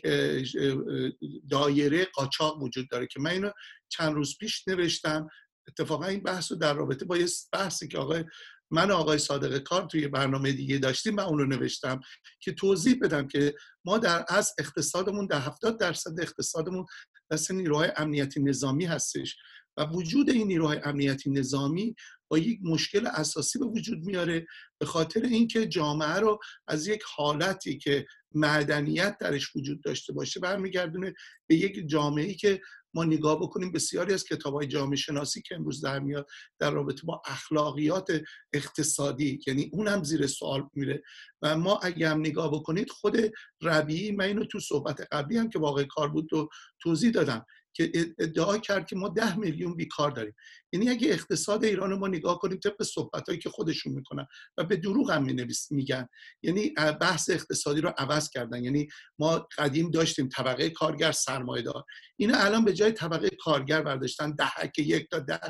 دایره قاچاق وجود داره که من اینو چند روز پیش نوشتم. اتفاقا این بحث رو در رابطه با یه بحثی که آقای من آقای صادق کار توی برنامه دیگه داشتیم من اون رو نوشتم که توضیح بدم که ما در اصل اقتصادمون در هفتاد درصد اقتصادمون دست نیروهای امنیتی نظامی هستش و وجود این نیروهای امنیتی نظامی با یک مشکل اساسی به وجود میاره، به خاطر اینکه جامعه رو از یک حالتی که معدنیت درش وجود داشته باشه برمیگردونه به یک جامعه‌ای که ما نگاه بکنیم بسیاری از کتاب‌های جامعه شناسی که امروز در میاد در رابطه با اخلاقیات اقتصادی، یعنی اون هم زیر سوال میره. و ما اگه هم نگاه بکنید خود ربیعی، من اینو تو صحبت قبلی هم که واقع کار بود و توضیح دادم که ادعا کرد که ما ده میلیون بیکار داریم. یعنی اگه اقتصاد ایران رو ما نگاه کنیم طبق صحبتایی که خودشون میکنن و به دروغ هم میگن، یعنی بحث اقتصادی رو عوض کردن. یعنی ما قدیم داشتیم طبقه کارگر سرمایه‌دار، اینا الان به جای طبقه کارگر برداشتن دهک یک تا ده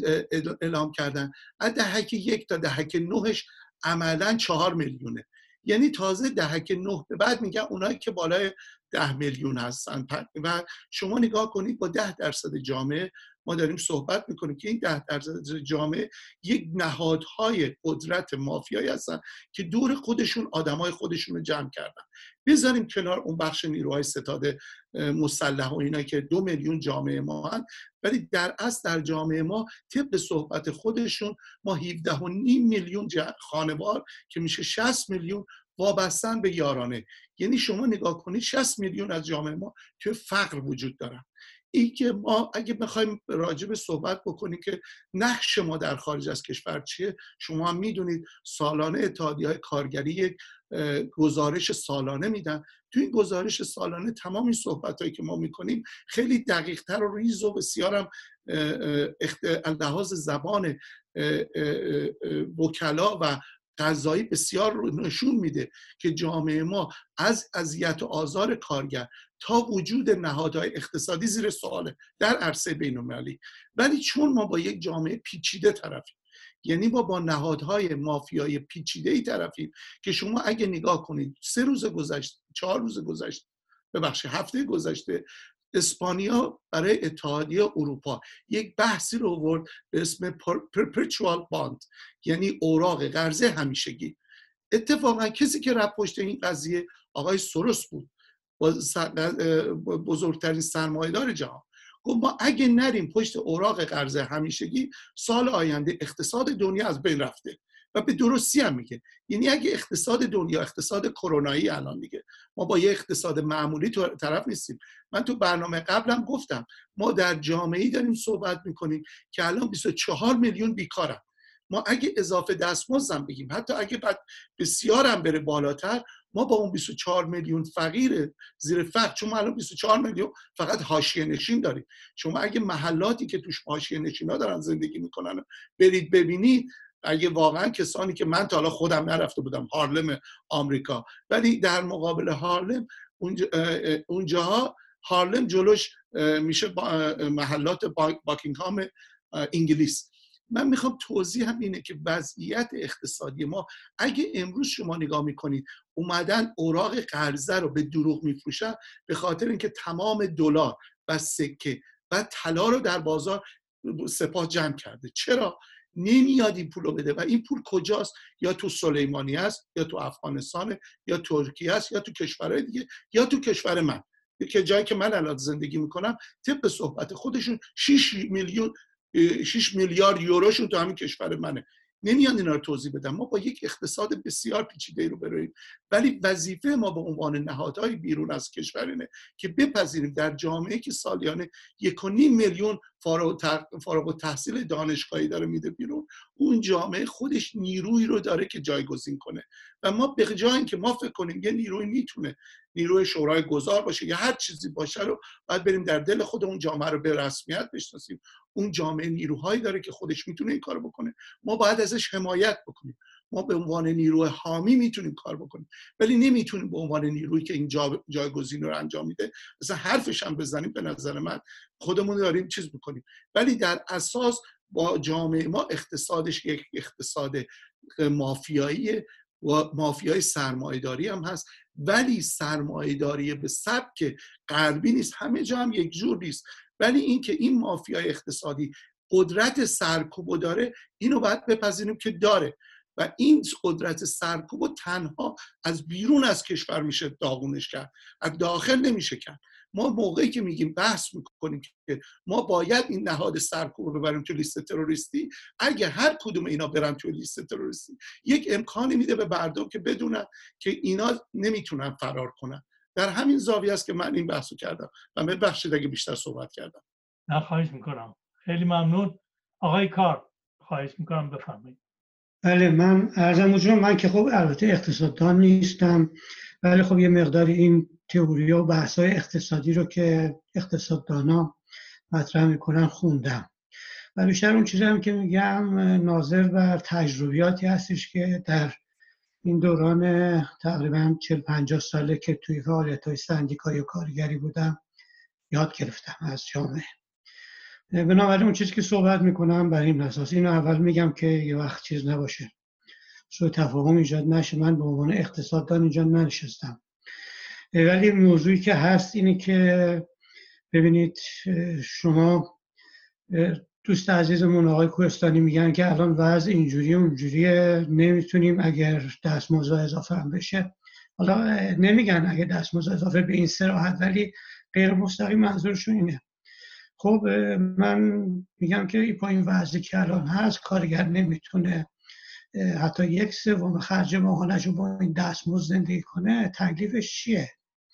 اعلام کردن، از دهک یک تا دهک نهش عملاً چهار میلیونه. یعنی تازه دهک نه به بعد میگن اونایی که بالای ده میلیون هستن. و شما نگاه کنید با ده درصد جامعه ما داریم صحبت میکنیم که این ده درصد جامعه یک نهادهای قدرت مافیایی هستن که دور خودشون آدمای خودشون رو جمع کردن. بذاریم کنار اون بخش نیروهای ستاد مسلح و اینا که دو میلیون جامعه ما هست، ولی در اصل در جامعه ما طبق صحبت خودشون ما هفده و نیم میلیون خانوار که میشه شصت میلیون وابستن به یارانه. یعنی شما نگاه کنید شصت میلیون از جامعه ما توی فقر وجود دارن. این که ما اگه بخوایم راجع به صحبت بکنیم که نقش ما در خارج از کشور چیه، شما هم میدونید سالانه اتحادیه‌های کارگری یک گزارش سالانه میدن. تو این گزارش سالانه تمام این صحبتایی که ما میکنیم خیلی دقیق‌تر و ریز و بسیار هم لحاظ زبان وکلا و قضایی بسیار رو نشون میده که جامعه ما از اذیت و آزار کارگر تا وجود نهادهای اقتصادی زیر سواله در عرصه بین‌المللی. ولی چون ما با یک جامعه پیچیده طرفیم، یعنی ما با نهادهای مافیایی پیچیده‌ای طرفیم که شما اگه نگاه کنید سه روز گذشته، چهار روز گذشته، ببخشید هفته گذشته، اسپانیا برای اتحادیه اروپا یک بحثی رو آورد به اسم perpetual bond، یعنی اوراق قرضه همیشگی. اتفاقا کسی که رفت پشت این قضیه آقای سوروس بود، بزرگترین سرمایه‌دار جهان. گفت ما اگه نریم پشت اوراق قرضه همیشگی طال آینده اقتصاد دنیا از بین رفته. و به درستی هم میگه. یعنی اگه اقتصاد دنیا اقتصاد کرونایی الان دیگه ما با یه اقتصاد معمولی طرف نیستیم. من تو برنامه قبلم گفتم ما در جامعه‌ای داریم صحبت میکنیم که الان بیست و چهار میلیون بیکارن. ما اگه اضافه دستمزد بگیم، حتی اگه بعد بسیار هم بره بالاتر، ما با اون بیست و چهار میلیون فقیر زیر فقر، چون ما الان بیست و چهار میلیون فقط حاشیه نشین داریم. شما اگه محلاتی که توش حاشیه نشینا دارن زندگی میکنن برید ببینید، اگه واقعا کسانی که من تا حالا خودم نرفته بودم هارلم آمریکا، ولی در مقابل هارلم اونجا اونجاها هارلم جلوش میشه محلات باکینگهام انگلیس. من میخوام توضیح هم اینه که وضعیت اقتصادی ما اگه امروز شما نگاه میکنید اومدن اوراق قرضه رو به دروغ میفروشن به خاطر اینکه تمام دلار و سکه و طلا رو در بازار سپاه جمع کرده. چرا؟ نمیاد این پولو بده. و این پول کجاست؟ یا تو سلیمانی است، یا تو افغانستان، یا ترکیه است، یا تو کشورهای دیگه، یا تو کشور من که جایی که من الان زندگی میکنم طبق صحبت خودشون شش میلیون شش میلیارد یوروشون تو همین کشور منه. نمیان اینا رو توضیح بدم. ما با یک اقتصاد بسیار پیچیده رو بریم، ولی وظیفه ما به عنوان نهادهای بیرون از کشور اینه که بپذیریم در جامعه که سالیانه یک و نیم میلیون فارغ التحصیل دانشگاهی داره میده بیرون، اون جامعه خودش نیرویی رو داره که جایگزین کنه. و ما به جای اینکه ما فکر کنیم یه نیروی میتونه نیروی شورای گذار باشه یا هر چیزی باشه رو باید بریم در دل خود اون جامعه رو به رسمیت بشناسیم. اون جامعه نیروهایی داره که خودش میتونه این کارو بکنه، ما باید ازش حمایت بکنیم. ما به عنوان نیروی حامی میتونیم کار بکنیم، ولی نمیتونیم به عنوان نیرویی که این جا جایگزین رو انجام میده مثلا حرفش هم بزنیم. به نظر من خودمون داریم چیز میکنیم، ولی در اساس با جامعه ما اقتصادش یک اقتصاد مافیایی و مافیای سرمایه‌داری هم هست، ولی سرمایه‌داری به سبک غربی نیست، همه جا هم یک جور نیست. ولی اینکه این مافیای اقتصادی قدرت سرکوب داره، اینو باید بپذیریم که داره و این قدرت سرکوب رو تنها از بیرون از کشور میشه داغونش کرد، از داخل نمیشه کرد. ما موقعی که میگیم بحث میکنیم که ما باید این نهاد سرکوب رو ببریم تو لیست تروریستی، اگه هر کدوم اینا برن تو لیست تروریستی یک امکانی میده به مردم که بدونن که اینا نمیتونن فرار کنن. در همین زاویه است که من این بحثو کردم و من بخشید اگه بیشتر صحبت کردم. نه خواهش میکنم، خیلی ممنون. آقای کار خواهش میکنم بفرمایید. بله، من عرضم حضور، من که خب البته اقتصاددان نیستم، ولی خب یه مقداری این تئوری و بحث‌های اقتصادی رو که اقتصاددانا مطرح میکنن خوندم و بیشتر اون چیزی هم که میگم ناظر بر تجربیاتی هستش که در این دوران تقریبا چهل پنجاه ساله که توی فعالیت‌های سندیکایی و کارگری بودم یاد گرفتم از جامعه. بنابراین اون چیزی که صحبت میکنم بر این اساس، اینو اول میگم که یه وقت چیز نباشه، سوء تفاهم ایجاد نشه. من به عنوان اقتصاددان اینجا ننشستم، ولی موضوعی که هست اینه که ببینید، شما دوست عزیزمون آقای کوهستانی میگن که الان وضع اینجوری اونجوریه، نمیتونیم اگر دستمزد اضافه هم بشه. حالا نمیگن اگه دستمزد اضافه به این صراحت، ولی غیر مستقیم منظورشون اینه. خب من میگم که با این وضعی که الان هست کارگر نمیتونه حتی یک سوم خرج ماهانش رو با این دستمزد زندگی کنه. تکلیفش چیه؟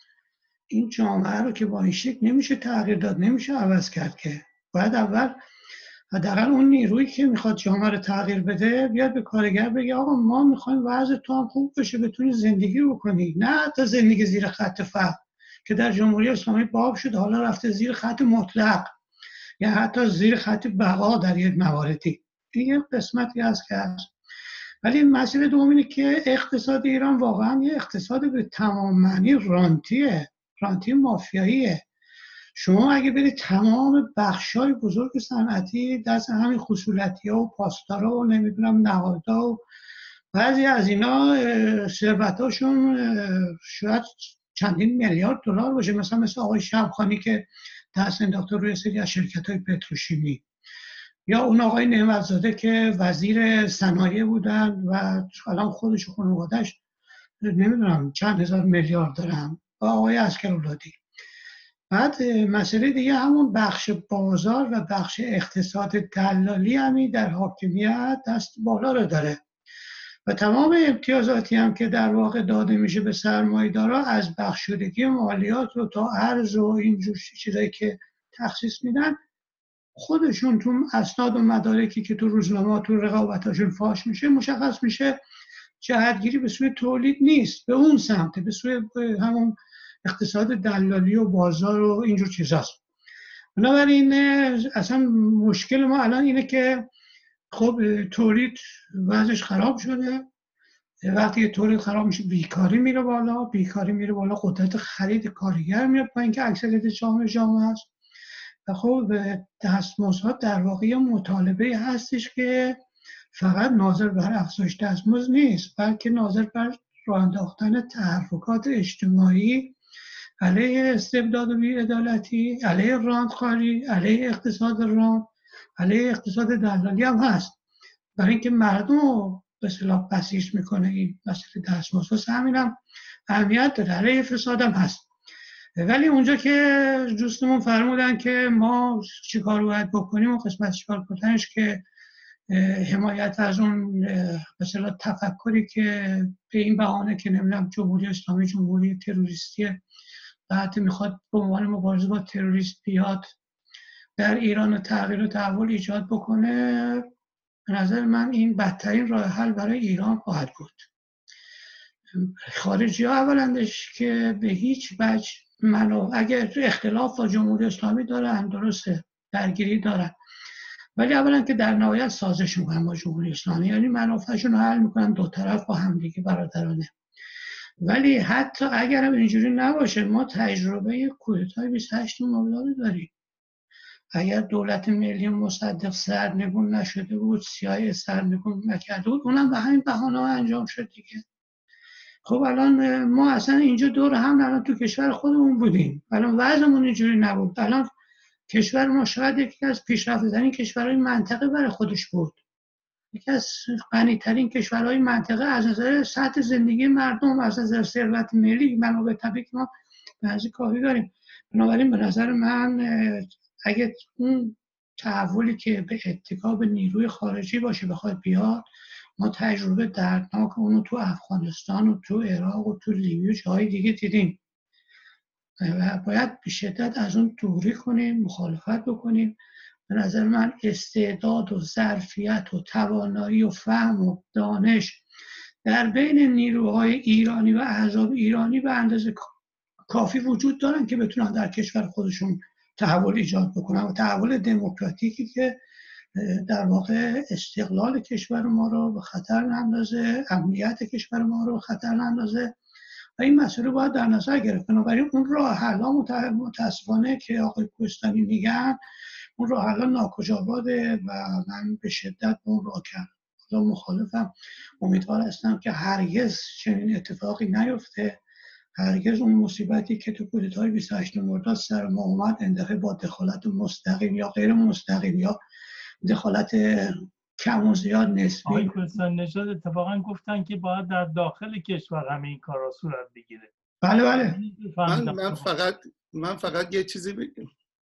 این جامعه رو که با این شکل نمیشه تغییر داد، نمیشه عوض کرد، که باید اول حداقل اون نیرویی که میخواد جامعه رو تغییر بده بیاد به کارگر بگه آقا ما میخوایم وضع تو هم خوب بشه، بتونی زندگی بکنی، نه حتی زندگی زیر خط فقر که در جمهوری اسلامی باب شد، حالا رفته زیر خط مطلق یا حتی زیر خط بقا در یک مواردی. این یه قسمتی هست که هست. ولی مسئله دوم اینه که اقتصاد ایران واقعا یه اقتصاد به تمام معنی رانتیه، رانتی مافیاییه. شما اگه برید تمام بخشای بزرگ صنعتی دست همین خصولتی‌ها و پاسدارا و نمیدونم نهادها و بعضی از اینا ثروتاشون شاید چندین میلیارد دلار باشه، مثلا مثل آقای شبخانی که دست انداخته روی سری از شرکت‌های پتروشیمی، یا اون آقای نعمتزاده که وزیر صنایع بودن و الان خودش و خانواده‌اش نمیدونم چند هزار میلیارد دارن، و آقای عسکرالله‌ای. بعد مسئله دیگه همون بخش بازار و بخش اقتصاد دلالی همی در حاکمیت دست بالا رو داره و تمام امتیازاتی هم که در واقع داده میشه به سرمایه‌دارا، از بخشودگی مالیات و تا ارز و اینجور چیزایی که تخصیص میدن، خودشون تو اسناد و مدارکی که تو روزنامه تو رقابتاشون فاش میشه مشخص میشه جهتگیری به سوی تولید نیست، به اون سمت، به سوی همون اقتصاد دلالی و بازار و اینجور چیزاست. بنابراین اصلا مشکل ما الان اینه که خب تولید وضعش خراب شده. وقتی تولید خراب میشه بیکاری میره بالا، بیکاری میره بالا، قدرت خرید کارگر میره پایین که اکثریت جامعه جامعه است. و خب دستمزدها در واقع مطالبه هستش که فقط ناظر بر افزایش دستمزد نیست، بلکه ناظر بر راه انداختن تحرکات اجتماعی علیه استبداد و بی‌عدالتی، علیه راندخواری، علیه اقتصاد راند، علیه اقتصاد دلالی هم هست. برای اینکه مردم رو به اصطلاح بسیج میکنه این مسئله دستمزد. واسه همینم اهمیت داره، علیه فساد هم هست. ولی اونجا که دوستمون فرمودن که ما چیکار باید بکنیم و قسمت چیکار کردنش که حمایت از اون به اصطلاح تفکری که به این بهانه که نمیدونم جمهوری اسلامی جمهوری تروریستیه و حتی میخواد به عنوان مبارزه با تروریست بیاد در ایران تغییر و تحول ایجاد بکنه، به نظر من این بدترین راه حل برای ایران خواهد بود. خارجی ها اولندش که به هیچ وجه منو اگر اختلاف با جمهوری اسلامی دارن، درسته درگیری دارن، ولی اولا که در نهایت سازش میکنن با جمهوری اسلامی، یعنی منافعشون رو حل میکنن دو طرف با هم دیگه برادرانه. ولی حتی اگر هم اینجوری نباشه، ما تجربه کودتای بیست و هشت مرداد داریم. اگر دولت ملی مصدق سرنگون نشده بود، سیاه سرنگون نکرده بود، اونم به همین بهانه انجام شد دیگه. خب الان ما اصلا اینجا دور هم الان تو کشور خودمون بودیم، الان وضعمون اینجوری نبود. الان کشور ما شاید یکی از پیشرفته‌ترین کشورهای منطقه برای خودش بود، یکی از غنی‌ترین کشورهای منطقه از نظر سطح زندگی مردم، از نظر ثروت ملی، منابع طبیعی که ما بعضی کافی داریم. بنابراین به نظر من اگه اون تحولی که به اتکا به نیروی خارجی باشه بخواد بیاد، ما تجربه دردناک اونو تو افغانستان و تو عراق و تو لیبی و جاهای دیگه دیدیم و باید به شدت از اون دوری کنیم، مخالفت بکنیم. به نظر من استعداد و ظرفیت و توانایی و فهم و دانش در بین نیروهای ایرانی و احزاب ایرانی به اندازه کافی وجود دارن که بتونن در کشور خودشون تحول ایجاد بکنن و تحول دموکراتیکی که در واقع استقلال کشور ما رو به خطر نندازه، امنیت کشور ما رو به خطر نندازه و این مسئله باید در نظر گرفت. بنابراین اون راه حل‌ها متاسفانه که آقای کوهستانی میگن، اون راه حل‌ها ناکجاباده و من به شدت اون راه کردم حالا مخالفم. امیدوار هستم که هرگز چنین اتفاقی نیفته، هرگز اون مصیبتی که تو کودتای بیست و هشت مرداد سر ما اومد اندفعه با دخالت مستقیم یا غیر مستقیم یا دخالت کم و زیاد نسبی. آقای کوهستانی نژاد اتفاقا گفتن که باید در داخل کشور همه این کارا صورت بگیره. بله بله. من من فقط من فقط یه چیزی بگم.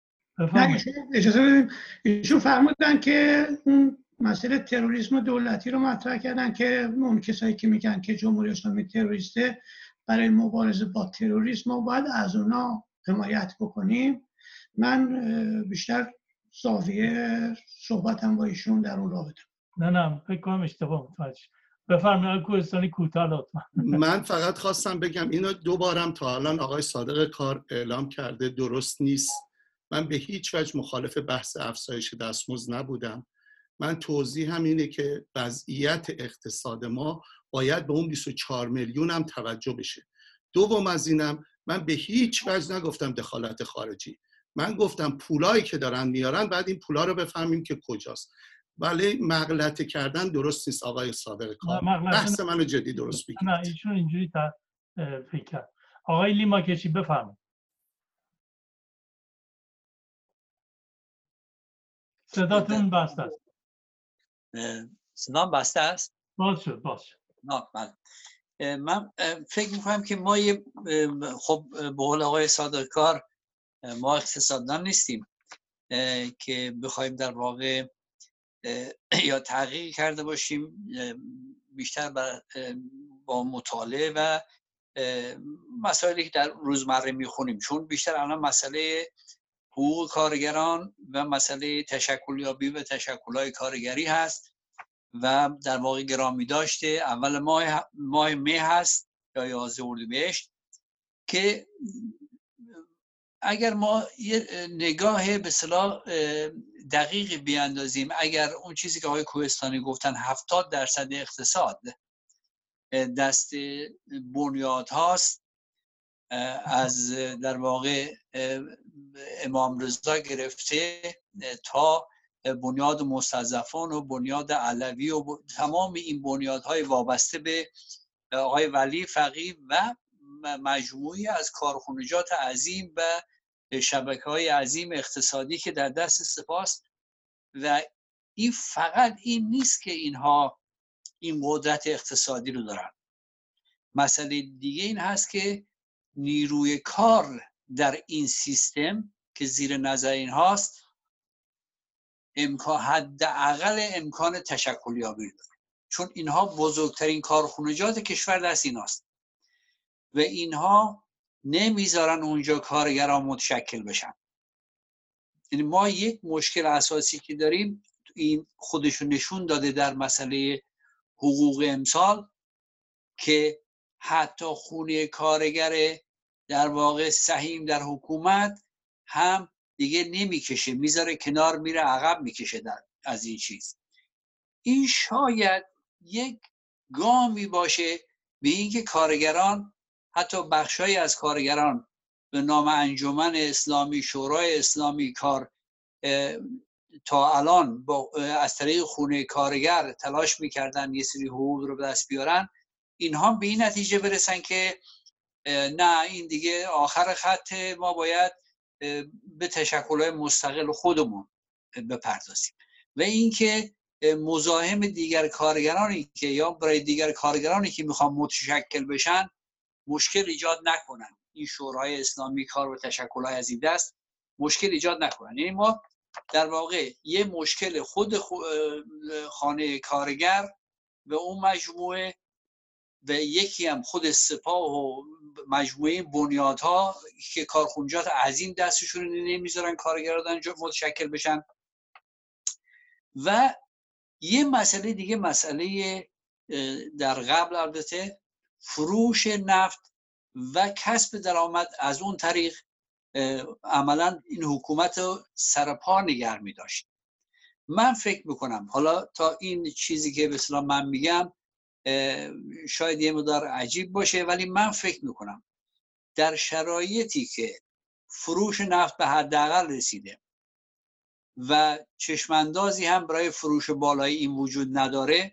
نه اجازه بدید، ایشون فرمودن که اون مسئله تروریسم دولتی رو مطرح کردن که اون کسایی که میگن که جمهوری اسلامی تروریسته، برای مبارزه با تروریسم ما باید از اونا حمایت بکنیم. من بیشتر زاویه صحبتم با ایشون در اون رابطه. نه نه فکر کنم اشتباه متوجه. بفرمایید کوهستانی کوتاه لطفا. من فقط خواستم بگم اینو دوبارم تا الان آقای صادق کار اعلام کرده درست نیست. من به هیچ وجه مخالف بحث افزایش دستمزد نبودم. من توضیح هم اینه که وضعیت اقتصاد ما باید به اون بیست و چهار میلیون هم توجه بشه. دوم از اینم من به هیچ وجه نگفتم دخالت خارجی. من گفتم پولایی که دارن میارن بعد این پولا رو بفهمیم که کجاست. ولی مغلطه کردن درست نیست آقای صادق کار. بحث منو جدی درست بگیرید. نه ایشون اینجوری تا فکر کرد. آقای لیماکشی بفرمایید. صداتون بسته است. صدام بسته است؟ باز شد باز شد. نه بله. من فکر میکنم که ما یه خب به قول آقای صادق کار ما اقتصاددان نیستیم که بخوایم در واقع یا تحقیق کرده باشیم، بیشتر با مطالعه و مسائلی که در روزمره میخونیم، چون بیشتر الان مسئله حقوق کارگران و مسئله تشکلیابی و تشکل‌های کارگری هست و در واقع گرامی داشته اول ماه ماه مه هست یا یازده اردیبهشت که اگر ما یه نگاه به اصطلاح دقیقی بیاندازیم، اگر اون چیزی که آقای کوهستانی گفتن هفتاد درصد اقتصاد دست بنیاد هاست، از در واقع امام رضا گرفته تا بنیاد مستضعفان و بنیاد علوی و تمام این بنیادهای وابسته به آقای ولی فقیه و مجموعی از کارخانجات عظیم و شبکه‌های عظیم اقتصادی که در دست سپاست و این فقط این نیست که اینها این قدرت اقتصادی رو دارن. مسئله دیگه این هست که نیروی کار در این سیستم که زیر نظر این هاست امکان حداقل امکان تشکل یابی داره، چون اینها بزرگترین کارخانجات کشور دست ایناست و اینها نمیذارن اونجا کارگران متشکل بشن. یعنی ما یک مشکل اساسی که داریم این خودشو نشون داده در مسئله حقوق امسال که حتی خونه کارگر در واقع سهیم در حکومت هم دیگه نمیکشه، میذاره کنار، میره عقب میکشه در از این چیز. این شاید یک گامی باشه به اینکه کارگران، حتی بخشای از کارگران به نام انجمن اسلامی، شورای اسلامی کار تا الان با از طریق خونه کارگر تلاش میکردن یه سری حقوق رو به دست بیارن، اینها به این نتیجه برسن که نه این دیگه آخر خط، ما باید به تشکل‌های مستقل خودمون بپردازیم و اینکه مزاحم دیگر کارگرانی که یا برای دیگر کارگرانی که میخوان متشکل بشن مشکل ایجاد نکنن، این شورای اسلامی کار و تشکل‌های از این دست مشکل ایجاد نکنن. یعنی ما در واقع یه مشکل خود خانه کارگر و اون مجموعه و یکی هم خود سپاه و مجموعه بنیادها که کارخونجات عظیم دستشون نمیذارن کارگران متشکل بشن. و یه مسئله دیگه، مسئله در قبل البته فروش نفت و کسب درآمد از اون طریق عملا این حکومت رو سرپا نگه می داشت. من فکر میکنم حالا تا این چیزی که به اصطلاح من میگم شاید یه مقدار عجیب باشه، ولی من فکر میکنم در شرایطی که فروش نفت به حداقل رسیده و چشماندازی هم برای فروش بالایی این وجود نداره،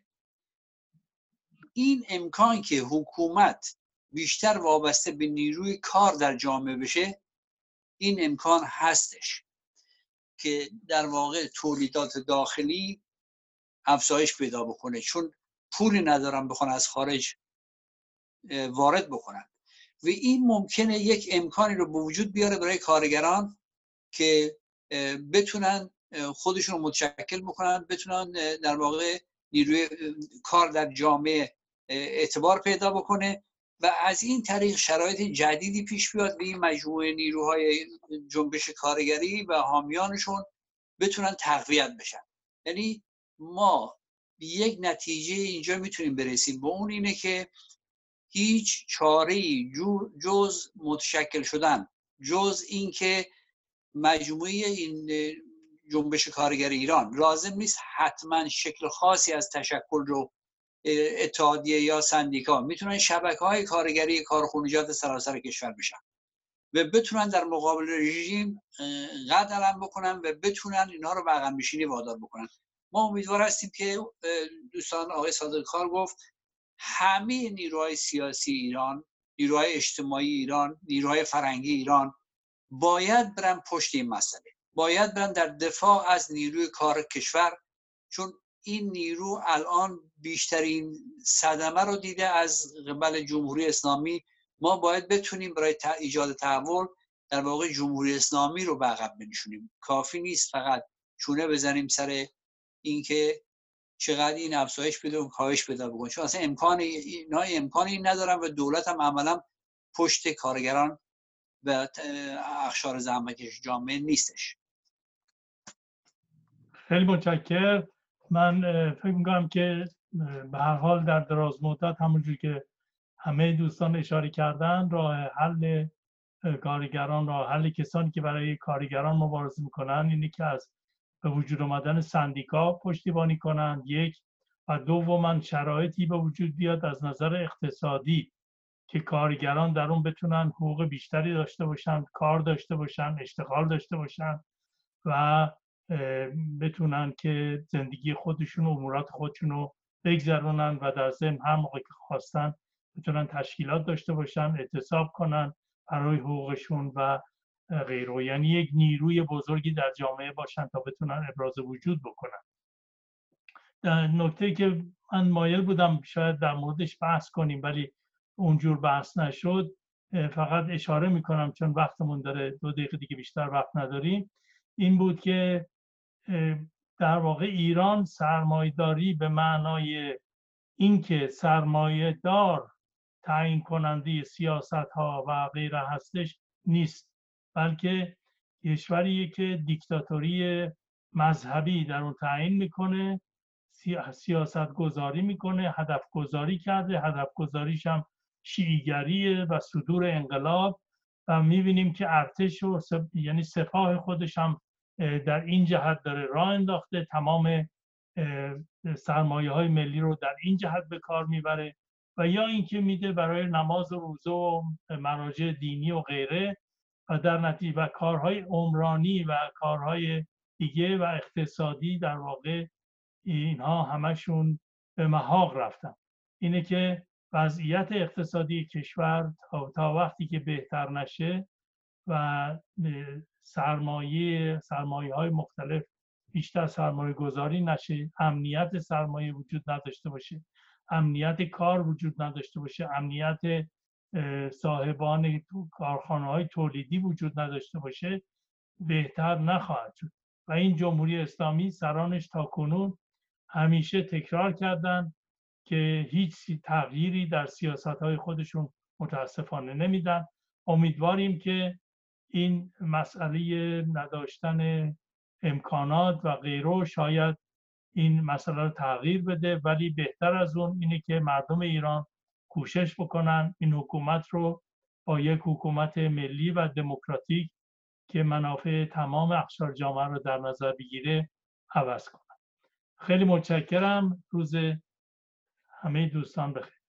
این امکان که حکومت بیشتر وابسته به نیروی کار در جامعه بشه، این امکان هستش که در واقع تولیدات داخلی افزایش پیدا بکنه، چون پولی ندارن بخوان از خارج وارد بکنن و این ممکنه یک امکانی رو به وجود بیاره برای کارگران که بتونن خودشون رو متشکل بکنن، بتونن در واقع نیروی کار در جامعه اعتبار پیدا بکنه و از این طریق شرایط جدیدی پیش بیاد به این مجموعه نیروهای جنبش کارگری و حامیانشون بتونن تقویت بشن. یعنی ما به یک نتیجه اینجا میتونیم برسیم، به اون اینه که هیچ چاره‌ای جز متشکل شدن، جز این که مجموعه این جنبش کارگری ایران لازم نیست حتما شکل خاصی از تشکل رو اتحادیه یا سندیکا، میتونن شبکه‌های کارگری کارخانجات سراسر کشور بشن و بتونن در مقابل رژیم قد علم بکنن و بتونن اینها رو به عقب نشینی وادار بکنن. ما امیدوار هستیم که دوستان آقای صادق کار گفت همه نیروهای سیاسی ایران، نیروهای اجتماعی ایران، نیروهای فرهنگی ایران باید برن پشت این مسئله، باید برن در دفاع از نیروی کار کشور، چون این نیرو الان بیشترین صدمه رو دیده از قبل جمهوری اسلامی. ما باید بتونیم برای ایجاد تحول در واقع جمهوری اسلامی رو به عقب بنشونیم. کافی نیست فقط چونه بزنیم سر اینکه چقدر این افزایش پیدا و کاهش پیدا بکنه، چون اصلا امکان اینا امکانی ندارن و دولت هم عملا پشت کارگران و اقشار زحمتکش جامعه نیستش. خیلی متشکرم. من فکر می‌کنم که به هر حال در دراز مدت همونجور که همه دوستان اشاره کردن، راه حل کارگران، راه حل کسانی که برای کارگران مبارزه میکنن اینه که از به وجود آمدن سندیکا پشتیبانی کنند، یک، و دوما شرایطی به وجود بیاد از نظر اقتصادی که کارگران در اون بتونن حقوق بیشتری داشته باشن، کار داشته باشن، اشتغال داشته باشن و بتونن که زندگی خودشون و امورات خودشون رو بگذرونن و در ضمن هر موقع که خواستن بتونن تشکیلات داشته باشن، اعتصاب کنن برای حقوقشون و غیره. یعنی یک نیروی بزرگی در جامعه باشن تا بتونن ابراز وجود بکنن. نکته که من مایل بودم شاید در موردش بحث کنیم ولی اونجور بحث نشد، فقط اشاره میکنم چون وقتمون داره، دو دقیقه دیگه بیشتر وقت نداریم، این بود که در واقع ایران سرمایه‌داری به معنای اینکه سرمایه دار تعیین کننده سیاست ها و غیره هستش نیست، بلکه کشوریه که دیکتاتوری مذهبی در اون تعیین میکنه، سیاست گذاری میکنه، هدف گذاری کرده، هدف گذاریش هم شیعیگریه و صدور انقلاب و میبینیم که ارتش و سپ... یعنی سپاه خودش هم در این جهت داره راه انداخته، تمام سرمایه های ملی رو در این جهت به کار میبره و یا اینکه میده برای نماز و روزه و مراجع دینی و غیره و در نتیجه و کارهای عمرانی و کارهای دیگه و اقتصادی در واقع اینها همشون به محاق رفتن. اینه که وضعیت اقتصادی کشور تا وقتی که بهتر نشه و سرمایه سرمایه های مختلف بیشتر سرمایه گذاری نشه، امنیت سرمایه وجود نداشته باشه، امنیت کار وجود نداشته باشه، امنیت صاحبان کارخانه های تولیدی وجود نداشته باشه، بهتر نخواهد شد. و این جمهوری اسلامی سرانش تا کنون همیشه تکرار کردن که هیچ تغییری در سیاست های خودشون متاسفانه نمیدن. امیدواریم که این مسئله نداشتن امکانات و غیره شاید این مسئله رو تغییر بده، ولی بهتر از اون اینه که مردم ایران کوشش بکنن این حکومت رو با یک حکومت ملی و دموکراتیک که منافع تمام اقشار جامعه رو در نظر بگیره عوض کنن. خیلی متشکرم. روز همه دوستان بخیر.